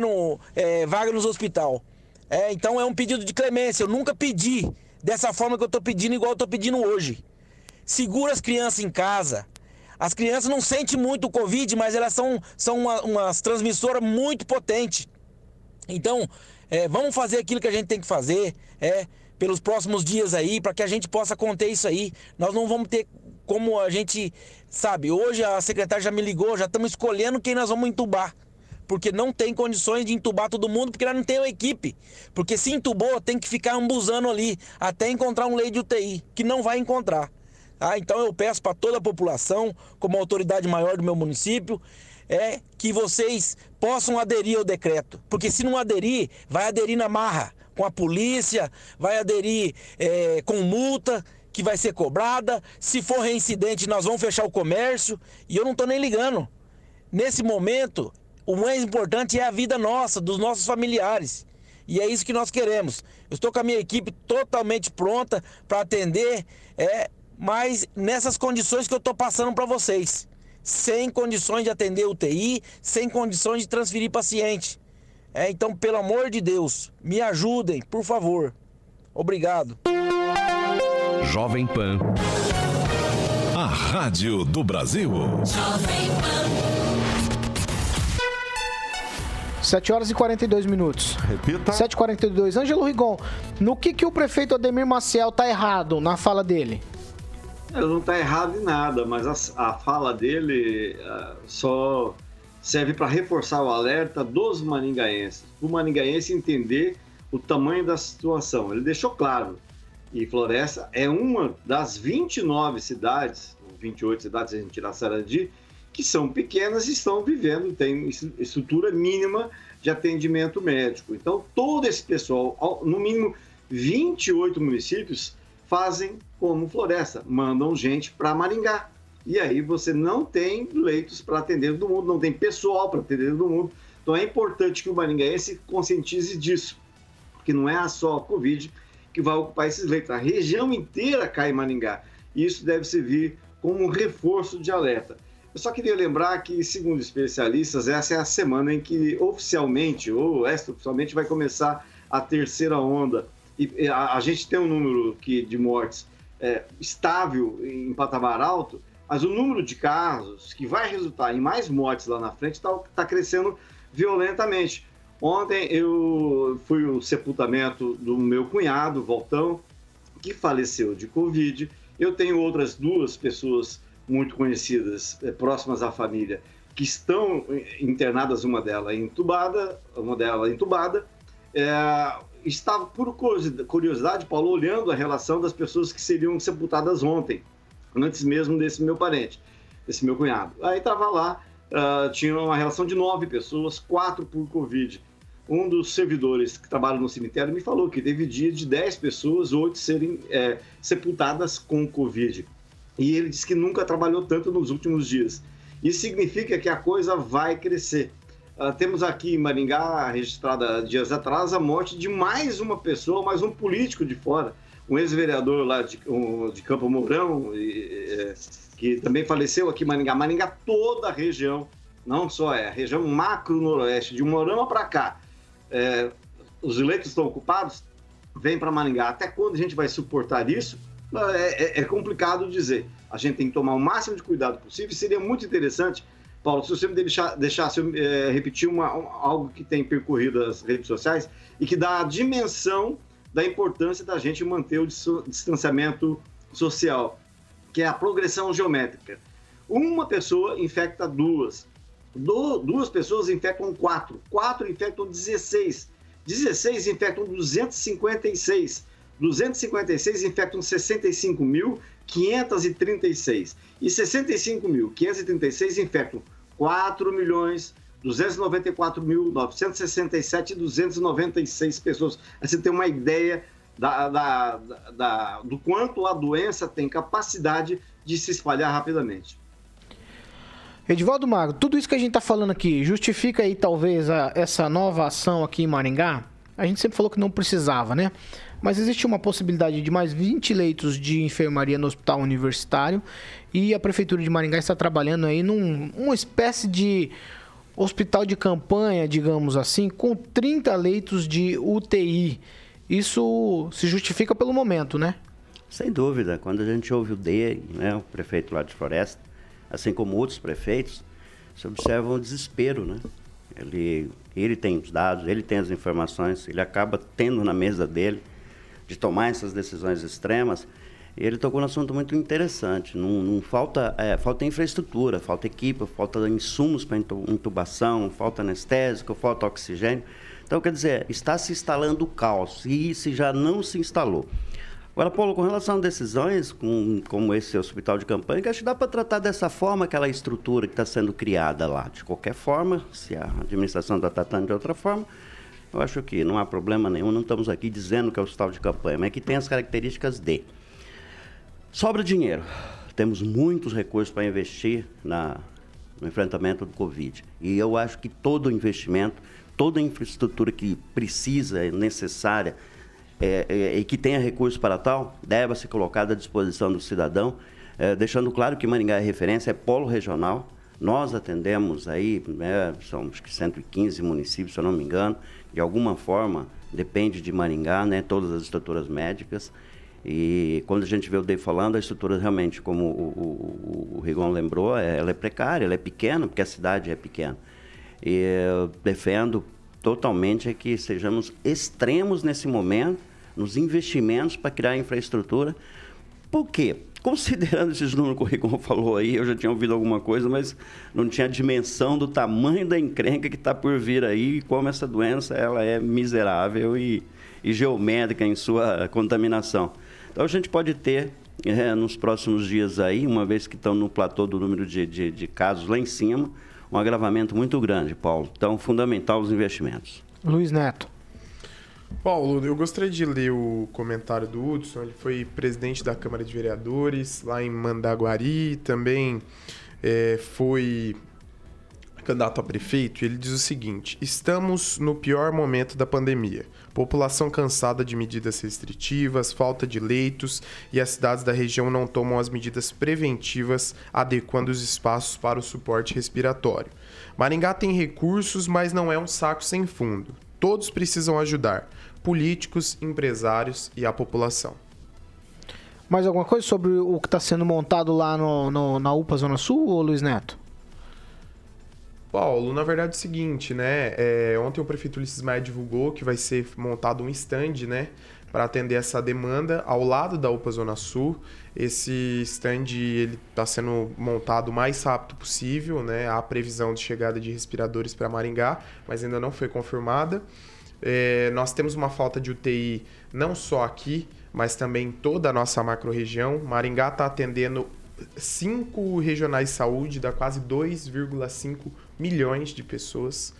S15: vaga nos hospital. Então é um pedido de clemência. Eu nunca pedi dessa forma que eu estou pedindo, igual eu estou pedindo hoje. Segura as crianças em casa. As crianças não sentem muito o Covid, mas elas são umas transmissoras muito potentes. Então, vamos fazer aquilo que a gente tem que fazer, pelos próximos dias aí, para que a gente possa conter isso aí. Nós não vamos ter como a gente, sabe, hoje a secretária já me ligou, já estamos escolhendo quem nós vamos entubar. Porque não tem condições de entubar todo mundo, porque nós não temos equipe. Porque se entubou, tem que ficar ambuzando ali, até encontrar um leito de UTI, que não vai encontrar. Então eu peço para toda a população, como autoridade maior do meu município, que vocês possam aderir ao decreto. Porque se não aderir, vai aderir na marra, com a polícia, vai aderir com multa, que vai ser cobrada. Se for reincidente, nós vamos fechar o comércio. E eu não estou nem ligando. Nesse momento, o mais importante é a vida nossa, dos nossos familiares. E é isso que nós queremos. Eu estou com a minha equipe totalmente pronta para atender, mas nessas condições que eu estou passando para vocês. Sem condições de atender UTI, sem condições de transferir paciente. Então, pelo amor de Deus, me ajudem, por favor. Obrigado.
S1: Jovem Pan. A Rádio do Brasil.
S2: Jovem Pan.
S3: 7 horas e 42 minutos.
S5: Repita.
S3: 7h42. Ângelo Rigon, no que o prefeito Ademir Maciel tá errado na fala dele?
S10: Ele não está errado em nada, mas a fala dele só serve para reforçar o alerta dos maringaenses. O maringaense entender o tamanho da situação. Ele deixou claro. E Floresta é uma das 29 cidades, 28 cidades, se a gente tirar Sarandi, que são pequenas e estão vivendo, tem estrutura mínima de atendimento médico. Então, todo esse pessoal, no mínimo 28 municípios, fazem como Floresta, mandam gente para Maringá. E aí você não tem leitos para atender todo mundo, não tem pessoal para atender todo mundo. Então é importante que o maringaense conscientize disso, porque não é só a Covid que vai ocupar esses leitos. A região inteira cai em Maringá. E isso deve servir como um reforço de alerta. Eu só queria lembrar que, segundo especialistas, essa é a semana em que oficialmente ou extraoficialmente vai começar a terceira onda. E a gente tem um número de mortes estável em patamar alto, mas o número de casos que vai resultar em mais mortes lá na frente está crescendo violentamente. Ontem eu fui ao sepultamento do meu cunhado, Voltão, que faleceu de Covid. Eu tenho outras 2 pessoas muito conhecidas, próximas à família, que estão internadas, uma delas entubada. Estava, por curiosidade, Paulo, olhando a relação das pessoas que seriam sepultadas ontem, antes mesmo desse meu parente, desse meu cunhado. Aí estava lá, tinha uma relação de 9 pessoas, 4 por Covid. Um dos servidores que trabalha no cemitério me falou que teve dia de 10 pessoas, 8 serem sepultadas com Covid. E ele disse que nunca trabalhou tanto nos últimos dias. Isso significa que a coisa vai crescer. Temos aqui em Maringá, registrada dias atrás, a morte de mais uma pessoa, mais um político de fora, um ex-vereador lá de Campo Mourão, que também faleceu aqui em Maringá. Maringá, toda a região, não só a região macro-noroeste, de Mourão para cá. Os leitos estão ocupados, vem para Maringá. Até quando a gente vai suportar isso? É complicado dizer. A gente tem que tomar o máximo de cuidado possível. Seria muito interessante, Paulo, se você me deixasse eu repetir algo que tem percorrido as redes sociais e que dá a dimensão da importância da gente manter o distanciamento social, que é a progressão geométrica. Uma pessoa infecta 2. 2 pessoas infectam 4. 4 infectam 16. 16 infectam 256. 256 infectam 65.536. E 65.536 infectam 4.294.967 e 296 pessoas. Você tem uma ideia do quanto a doença tem capacidade de se espalhar rapidamente.
S3: Edivaldo Magro, tudo isso que a gente está falando aqui justifica aí talvez essa nova ação aqui em Maringá? A gente sempre falou que não precisava, né? Mas existe uma possibilidade de mais 20 leitos de enfermaria no hospital universitário e a Prefeitura de Maringá está trabalhando aí numa espécie de hospital de campanha, digamos assim, com 30 leitos de UTI. Isso se justifica pelo momento, né?
S8: Sem dúvida. Quando a gente ouve o DEI, né, o prefeito lá de Floresta, assim como outros prefeitos, se observa um desespero, né? Ele tem os dados, ele tem as informações, ele acaba tendo na mesa dele de tomar essas decisões extremas. E ele tocou num assunto muito interessante. Não falta infraestrutura, falta equipe, falta insumos para intubação, falta anestésico, falta oxigênio. Então, quer dizer, está se instalando o caos, e se já não se instalou. Agora, Paulo, com relação a decisões como esse hospital de campanha, que acho que dá para tratar dessa forma aquela estrutura que está sendo criada lá. De qualquer forma, se a administração está tratando de outra forma, eu acho que não há problema nenhum. Não estamos aqui dizendo que é o hospital de campanha, mas que tem as características de... Sobra dinheiro. Temos muitos recursos para investir no enfrentamento do Covid. E eu acho que todo investimento toda a infraestrutura que precisa, é necessária, e que tenha recursos para tal, deve ser colocada à disposição do cidadão, deixando claro que Maringá é referência, é polo regional. Nós atendemos aí, são acho que 115 municípios, se eu não me engano, de alguma forma depende de Maringá, né, todas as estruturas médicas. E quando a gente vê o Dei falando, a estrutura realmente, como o Rigon lembrou, ela é precária, ela é pequena, porque a cidade é pequena. E eu defendo totalmente que sejamos extremos nesse momento, nos investimentos para criar infraestrutura. Por quê? Considerando esses números que o Rigon falou aí, eu já tinha ouvido alguma coisa, mas não tinha a dimensão do tamanho da encrenca que está por vir aí e como essa doença ela é miserável e geométrica em sua contaminação. Então a gente pode ter, nos próximos dias aí, uma vez que estão no platô do número de casos lá em cima, um agravamento muito grande, Paulo. Então, fundamental os investimentos.
S3: Luiz Neto.
S12: Paulo, eu gostaria de ler o comentário do Hudson. Ele foi presidente da Câmara de Vereadores lá em Mandaguari, também foi candidato a prefeito. Ele diz o seguinte: estamos no pior momento da pandemia. População cansada de medidas restritivas, falta de leitos e as cidades da região não tomam as medidas preventivas, adequando os espaços para o suporte respiratório. Maringá tem recursos, mas não é um saco sem fundo. Todos precisam ajudar, políticos, empresários e a população.
S3: Mais alguma coisa sobre o que está sendo montado lá na UPA Zona Sul, ou Luiz Neto?
S12: Paulo, na verdade é o seguinte, né? Ontem o prefeito Ulisses Maia divulgou que vai ser montado um stand, né, para atender essa demanda ao lado da UPA Zona Sul. Esse stand ele está sendo montado o mais rápido possível, né? Há previsão de chegada de respiradores para Maringá, mas ainda não foi confirmada. Nós temos uma falta de UTI não só aqui, mas também em toda a nossa macro-região. Maringá está atendendo 5 regionais de saúde, dá quase 2,5 milhões de pessoas.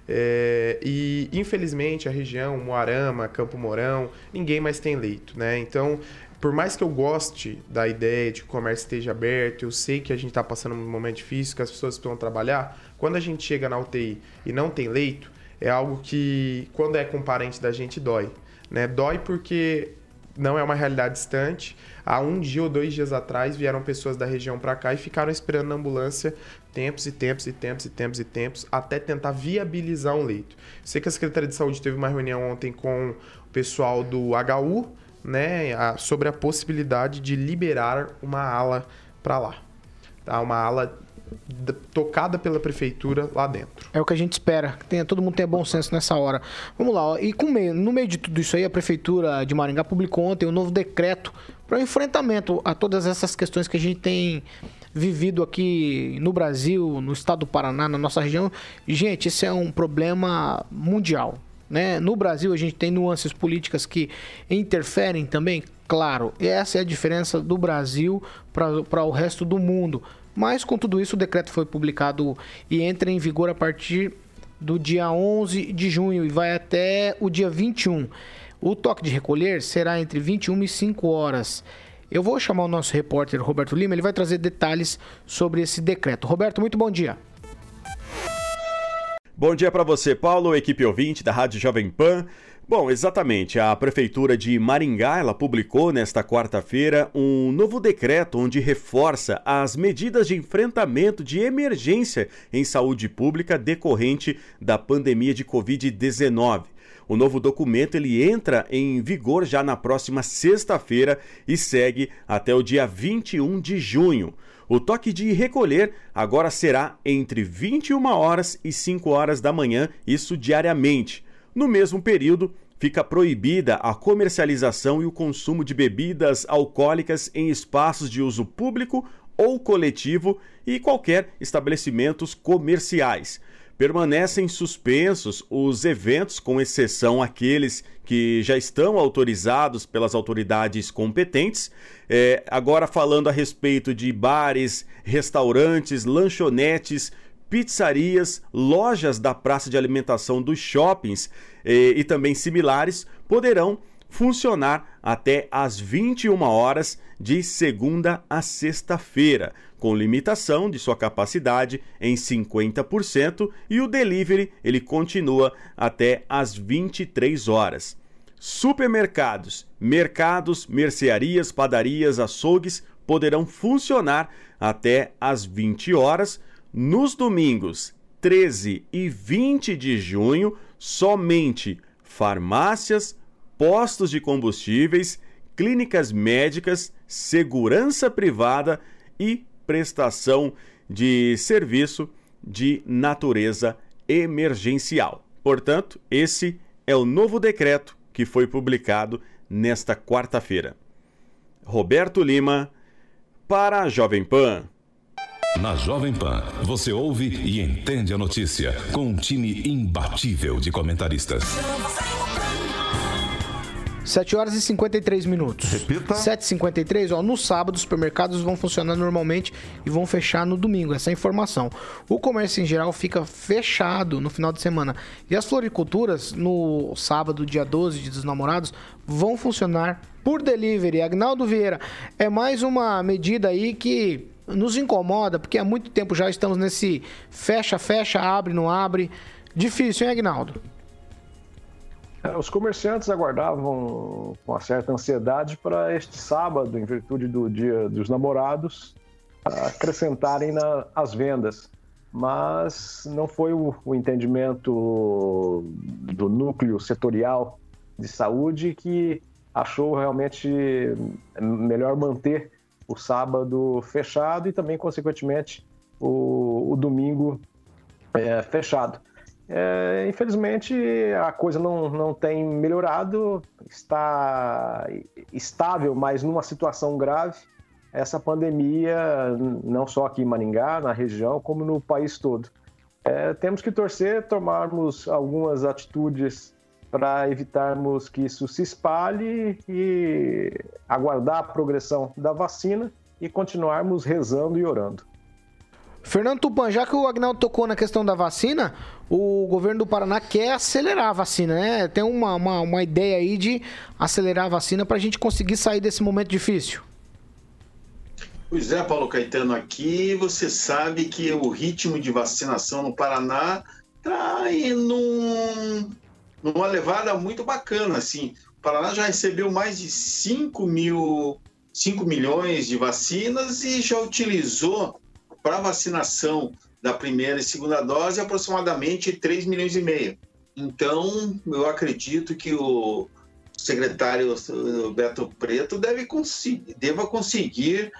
S12: E infelizmente a região, Moarama, Campo Mourão, ninguém mais tem leito, né? Então, por mais que eu goste da ideia de que o comércio esteja aberto, eu sei que a gente está passando um momento difícil, que as pessoas precisam trabalhar. Quando a gente chega na UTI e não tem leito, é algo que, quando é com parente da gente, dói, né? Dói porque não é uma realidade distante. Há 1 dia ou 2 dias atrás vieram pessoas da região para cá e ficaram esperando na ambulância tempos e tempos e tempos e tempos e tempos até tentar viabilizar um leito. Sei que a Secretaria de Saúde teve uma reunião ontem com o pessoal do HU, né, sobre a possibilidade de liberar uma ala para lá, tá? Uma ala tocada pela prefeitura lá dentro.
S3: É o que a gente espera, que todo mundo tenha bom senso nessa hora. Vamos lá, ó. E no meio de tudo isso aí, a prefeitura de Maringá publicou ontem um novo decreto para o enfrentamento a todas essas questões que a gente tem vivido aqui no Brasil, no estado do Paraná, na nossa região. Gente, esse é um problema mundial, né? No Brasil a gente tem nuances políticas que interferem também, claro. E essa é a diferença do Brasil para o resto do mundo. Mas, com tudo isso, o decreto foi publicado e entra em vigor a partir do dia 11 de junho e vai até o dia 21. O toque de recolher será entre 21 e 5 horas. Eu vou chamar o nosso repórter Roberto Lima, ele vai trazer detalhes sobre esse decreto. Roberto, muito bom dia.
S16: Bom dia para você, Paulo, equipe ouvinte da Rádio Jovem Pan. Bom, exatamente, a Prefeitura de Maringá, ela publicou nesta quarta-feira um novo decreto onde reforça as medidas de enfrentamento de emergência em saúde pública decorrente da pandemia de Covid-19. O novo documento ele entra em vigor já na próxima sexta-feira e segue até o dia 21 de junho. O toque de recolher agora será entre 21 horas e 5 horas da manhã, isso diariamente. No mesmo período, fica proibida a comercialização e o consumo de bebidas alcoólicas em espaços de uso público ou coletivo e qualquer estabelecimentos comerciais. Permanecem suspensos os eventos, com exceção aqueles que já estão autorizados pelas autoridades competentes. Agora falando a respeito de bares, restaurantes, lanchonetes, pizzarias, lojas da praça de alimentação dos shoppings e também similares poderão funcionar até às 21 horas de segunda a sexta-feira, com limitação de sua capacidade em 50%, e o delivery ele continua até às 23 horas. Supermercados, mercados, mercearias, padarias, açougues poderão funcionar até às 20 horas. Nos domingos 13 e 20 de junho, somente farmácias, postos de combustíveis, clínicas médicas, segurança privada e prestação de serviço de natureza emergencial. Portanto, esse é o novo decreto que foi publicado nesta quarta-feira. Roberto Lima, para a Jovem Pan.
S1: Na Jovem Pan, você ouve e entende a notícia com um time imbatível de comentaristas.
S3: 7 horas e 53 minutos.
S17: Repita.
S3: 7h53, no sábado os supermercados vão funcionar normalmente e vão fechar no domingo, essa é a informação. O comércio em geral fica fechado no final de semana. E as floriculturas, no sábado, dia 12, dia dos namorados, vão funcionar por delivery. Agnaldo Vieira, é mais uma medida aí que nos incomoda, porque há muito tempo já estamos nesse fecha, abre, não abre. Difícil, hein, Agnaldo?
S9: Os comerciantes aguardavam com uma certa ansiedade para este sábado, em virtude do Dia dos Namorados, acrescentarem as vendas. Mas não foi o entendimento do núcleo setorial de saúde que achou realmente melhor manter o sábado fechado e também, consequentemente, o domingo fechado. Infelizmente, a coisa não tem melhorado, está estável, mas numa situação grave. Essa pandemia, não só aqui em Maringá, na região, como no país todo. Temos que torcer, tomarmos algumas atitudes para evitarmos que isso se espalhe e aguardar a progressão da vacina e continuarmos rezando e orando.
S3: Fernando Tupan, já que o Agnaldo tocou na questão da vacina, o governo do Paraná quer acelerar a vacina, né? Tem uma ideia aí de acelerar a vacina para a gente conseguir sair desse momento difícil.
S11: Pois é, Paulo Caetano, aqui você sabe que o ritmo de vacinação no Paraná está indo numa levada muito bacana, assim. O Paraná já recebeu mais de 5 milhões de vacinas e já utilizou para vacinação da primeira e segunda dose aproximadamente 3 milhões e meio. Então, eu acredito que o secretário Beto Preto deva conseguir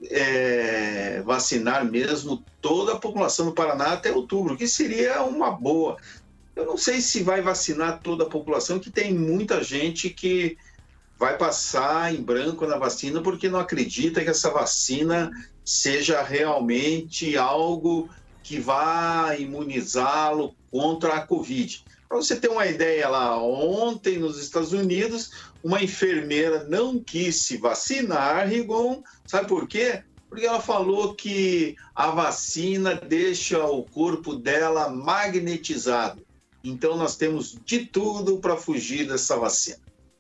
S11: vacinar mesmo toda a população do Paraná até outubro, que seria uma boa. Eu não sei se vai vacinar toda a população, que tem muita gente que vai passar em branco na vacina porque não acredita que essa vacina seja realmente algo que vá imunizá-lo contra a Covid. Para você ter uma ideia, lá ontem nos Estados Unidos, uma enfermeira não quis se vacinar, Rigon, sabe por quê? Porque ela falou que a vacina deixa o corpo dela magnetizado. Então nós temos de tudo para fugir dessa vacina.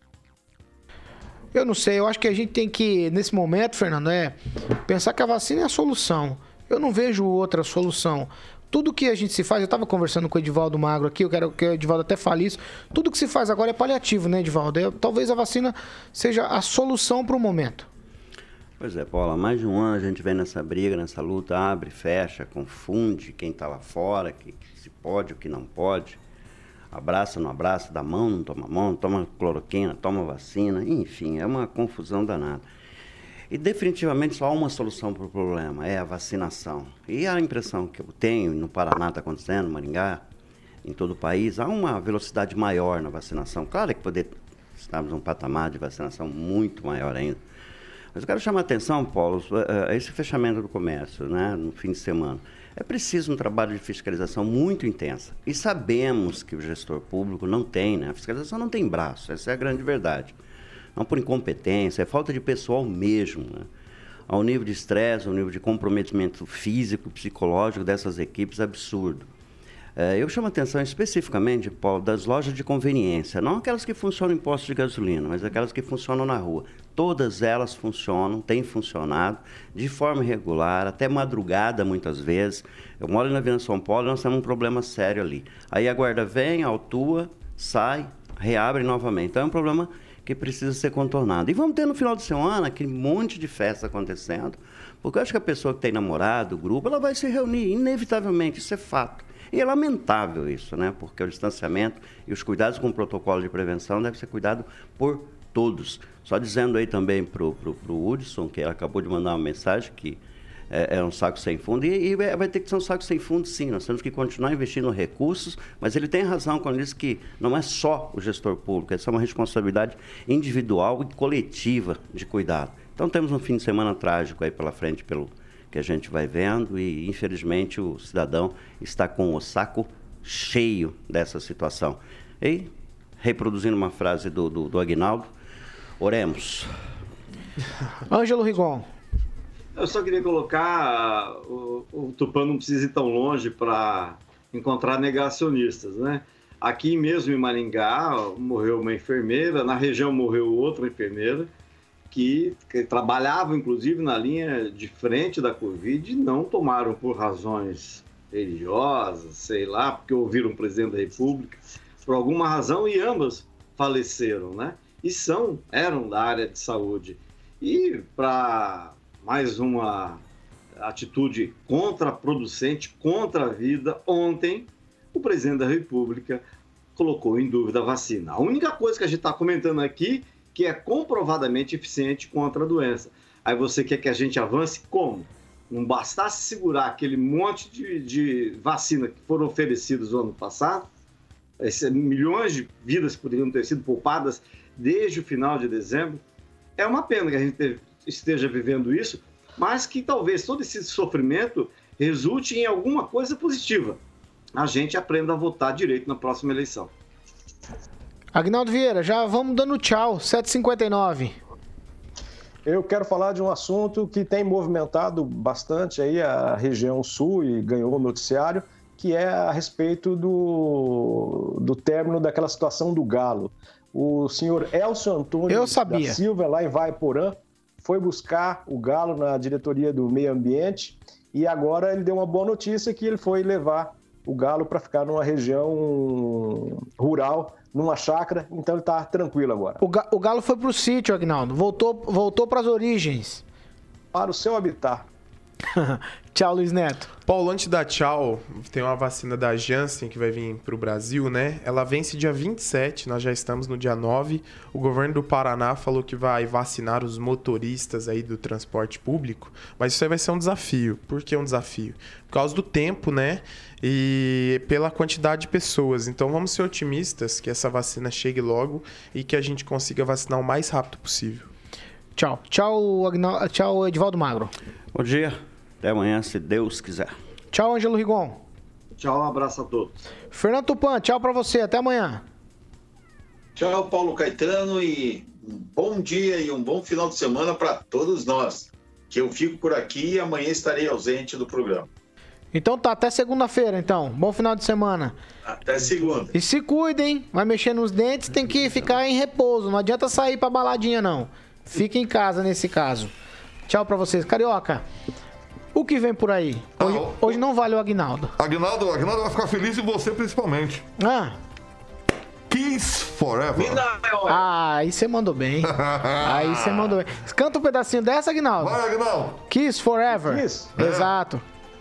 S3: Eu não sei, eu acho que a gente tem que, nesse momento, Fernando, pensar que a vacina é a solução. Eu não vejo outra solução. Tudo que a gente se faz, eu estava conversando com o Edivaldo Magro aqui, eu quero que o Edivaldo até fale isso, tudo que se faz agora é paliativo, né, Edivaldo? Talvez a vacina seja a solução para o momento.
S8: Pois é, Paulo, há mais de um ano a gente vem nessa briga, nessa luta, abre, fecha, confunde quem está lá fora, que se pode, o que não pode. Abraça, não abraça, dá mão, não toma mão, toma cloroquina, toma vacina, enfim, é uma confusão danada. E definitivamente só há uma solução para o problema, é a vacinação. E a impressão que eu tenho, no Paraná está acontecendo, no Maringá, em todo o país, há uma velocidade maior na vacinação. Claro que estamos num patamar de vacinação muito maior ainda. Mas eu quero chamar a atenção, Paulo, a esse fechamento do comércio, né, no fim de semana. É preciso um trabalho de fiscalização muito intensa. E sabemos que o gestor público não tem, né? A fiscalização não tem braço, essa é a grande verdade. Não por incompetência, é falta de pessoal mesmo, né? Ao nível de estresse, ao nível de comprometimento físico, psicológico dessas equipes, absurdo. Eu chamo a atenção especificamente, Paulo, das lojas de conveniência. Não aquelas que funcionam em postos de gasolina, mas aquelas que funcionam na rua. Todas elas funcionam, têm funcionado de forma irregular, até madrugada muitas vezes. Eu moro na Avenida São Paulo e nós temos um problema sério ali. Aí a guarda vem, autua, sai, reabre novamente. Então é um problema que precisa ser contornado. E vamos ter no final de semana aquele monte de festa acontecendo, porque eu acho que a pessoa que tem namorado, o grupo, ela vai se reunir, inevitavelmente, isso é fato. E é lamentável isso, né? Porque o distanciamento e os cuidados com o protocolo de prevenção devem ser cuidados por todos. Só dizendo aí também para o Hudson, que ele acabou de mandar uma mensagem que é um saco sem fundo, e vai ter que ser um saco sem fundo, sim. Nós temos que continuar investindo recursos, mas ele tem razão quando diz que não é só o gestor público, essa é uma responsabilidade individual e coletiva de cuidado. Então temos um fim de semana trágico aí pela frente, pelo que a gente vai vendo, e infelizmente o cidadão está com o saco cheio dessa situação. E, reproduzindo uma frase do Aguinaldo, oremos.
S3: Ângelo Rigon.
S10: Eu só queria colocar, o Tupã não precisa ir tão longe para encontrar negacionistas, né? Aqui mesmo em Maringá morreu uma enfermeira, na região morreu outra enfermeira, que trabalhavam inclusive na linha de frente da Covid e não tomaram por razões religiosas, sei lá, porque ouviram o presidente da República, por alguma razão, e ambas faleceram, né? E eram da área de saúde. E para mais uma atitude contraproducente, contra a vida, ontem o presidente da República colocou em dúvida a vacina. A única coisa que a gente está comentando aqui que é comprovadamente eficiente contra a doença. Aí você quer que a gente avance como? Não bastasse segurar aquele monte de vacina que foram oferecidas no ano passado, milhões de vidas poderiam ter sido poupadas desde o final de dezembro. É uma pena que a gente esteja vivendo isso, mas que talvez todo esse sofrimento resulte em alguma coisa positiva. A gente aprenda a votar direito na próxima eleição.
S3: Aguinaldo Vieira, já vamos dando tchau, 7h59.
S9: Eu quero falar de um assunto que tem movimentado bastante aí a região sul e ganhou o noticiário, que é a respeito do término daquela situação do Galo. O senhor Elcio Antônio da Silva, lá em Vaiporã, foi buscar o Galo na diretoria do meio ambiente e agora ele deu uma boa notícia que ele foi levar o Galo para ficar numa região rural, numa chácara, então ele está tranquilo agora.
S3: O Galo foi para o sítio, Aguinaldo, voltou para as origens.
S9: Para o seu habitat.
S3: Tchau, Luiz Neto.
S12: Paulo, antes da tchau, tem uma vacina da Janssen que vai vir para o Brasil, né? Ela vence dia 27, nós já estamos no dia 9. O governo do Paraná falou que vai vacinar os motoristas aí do transporte público, mas isso aí vai ser um desafio. Por que um desafio? Por causa do tempo, né? E pela quantidade de pessoas. Então vamos ser otimistas que essa vacina chegue logo e que a gente consiga vacinar o mais rápido possível.
S3: Tchau. Tchau, Aguinaldo. Tchau, Edivaldo Magro.
S8: Bom dia. Até amanhã, se Deus quiser.
S3: Tchau, Ângelo Rigon.
S10: Tchau, um abraço a todos.
S3: Fernando Tupan, tchau pra você. Até amanhã.
S11: Tchau, Paulo Caetano, e um bom dia e um bom final de semana para todos nós. Que eu fico por aqui e amanhã estarei ausente do programa.
S3: Então tá, até segunda-feira, então. Bom final de semana.
S11: Até segunda.
S3: E se cuidem, vai mexer nos dentes, tem que ficar em repouso. Não adianta sair pra baladinha, não. Fique em casa nesse caso. Tchau pra vocês. Carioca, o que vem por aí? Hoje não vale o Aguinaldo.
S17: Aguinaldo vai ficar feliz e você principalmente. Kiss Forever.
S3: Aí você mandou bem. Aí você mandou bem. Canta um pedacinho dessa, Aguinaldo.
S17: Vai, Aguinaldo.
S3: Kiss Forever.
S9: Kiss.
S3: Exato.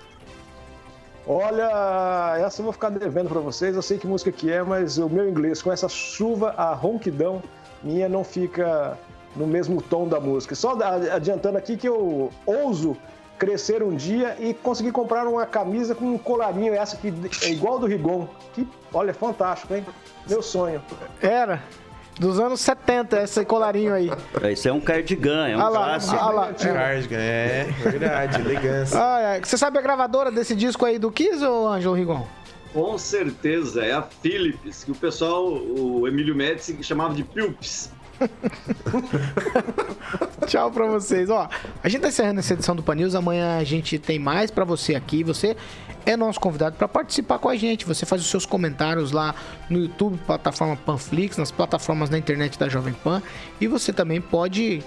S9: Olha, essa eu vou ficar devendo pra vocês. Eu sei que música que é, mas o meu inglês, com essa chuva, a ronquidão minha não fica no mesmo tom da música. Só adiantando aqui que eu ouso crescer um dia e conseguir comprar uma camisa com um colarinho, essa que é igual do Rigon. Que, olha, fantástico, hein? Meu sonho.
S3: Era. Dos anos 70, esse colarinho aí.
S8: Isso é um cardigan, é um clássico.
S12: Cardigan, é verdade, elegância.
S3: Você sabe a gravadora desse disco aí do Kiss, ou Ângelo Rigon?
S10: Com certeza, é a Philips, que o pessoal, o Emílio Médici, chamava de Philips.
S3: Tchau pra vocês. Ó, a gente tá encerrando essa edição do Pan News. Amanhã a gente tem mais pra você aqui. Você é nosso convidado pra participar com a gente. Você faz os seus comentários lá no YouTube, plataforma Panflix, nas plataformas na internet da Jovem Pan. E você também pode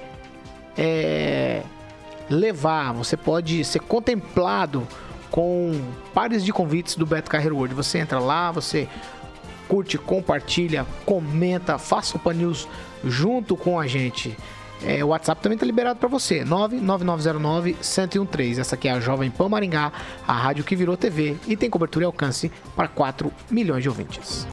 S3: você pode ser contemplado com pares de convites do Beto Carreiro World. Você entra lá, você curte, compartilha, comenta, faça o Pan News junto com a gente. O WhatsApp também está liberado para você, 99909-1013. Essa aqui é a Jovem Pan Maringá, a rádio que virou TV e tem cobertura e alcance para 4 milhões de ouvintes.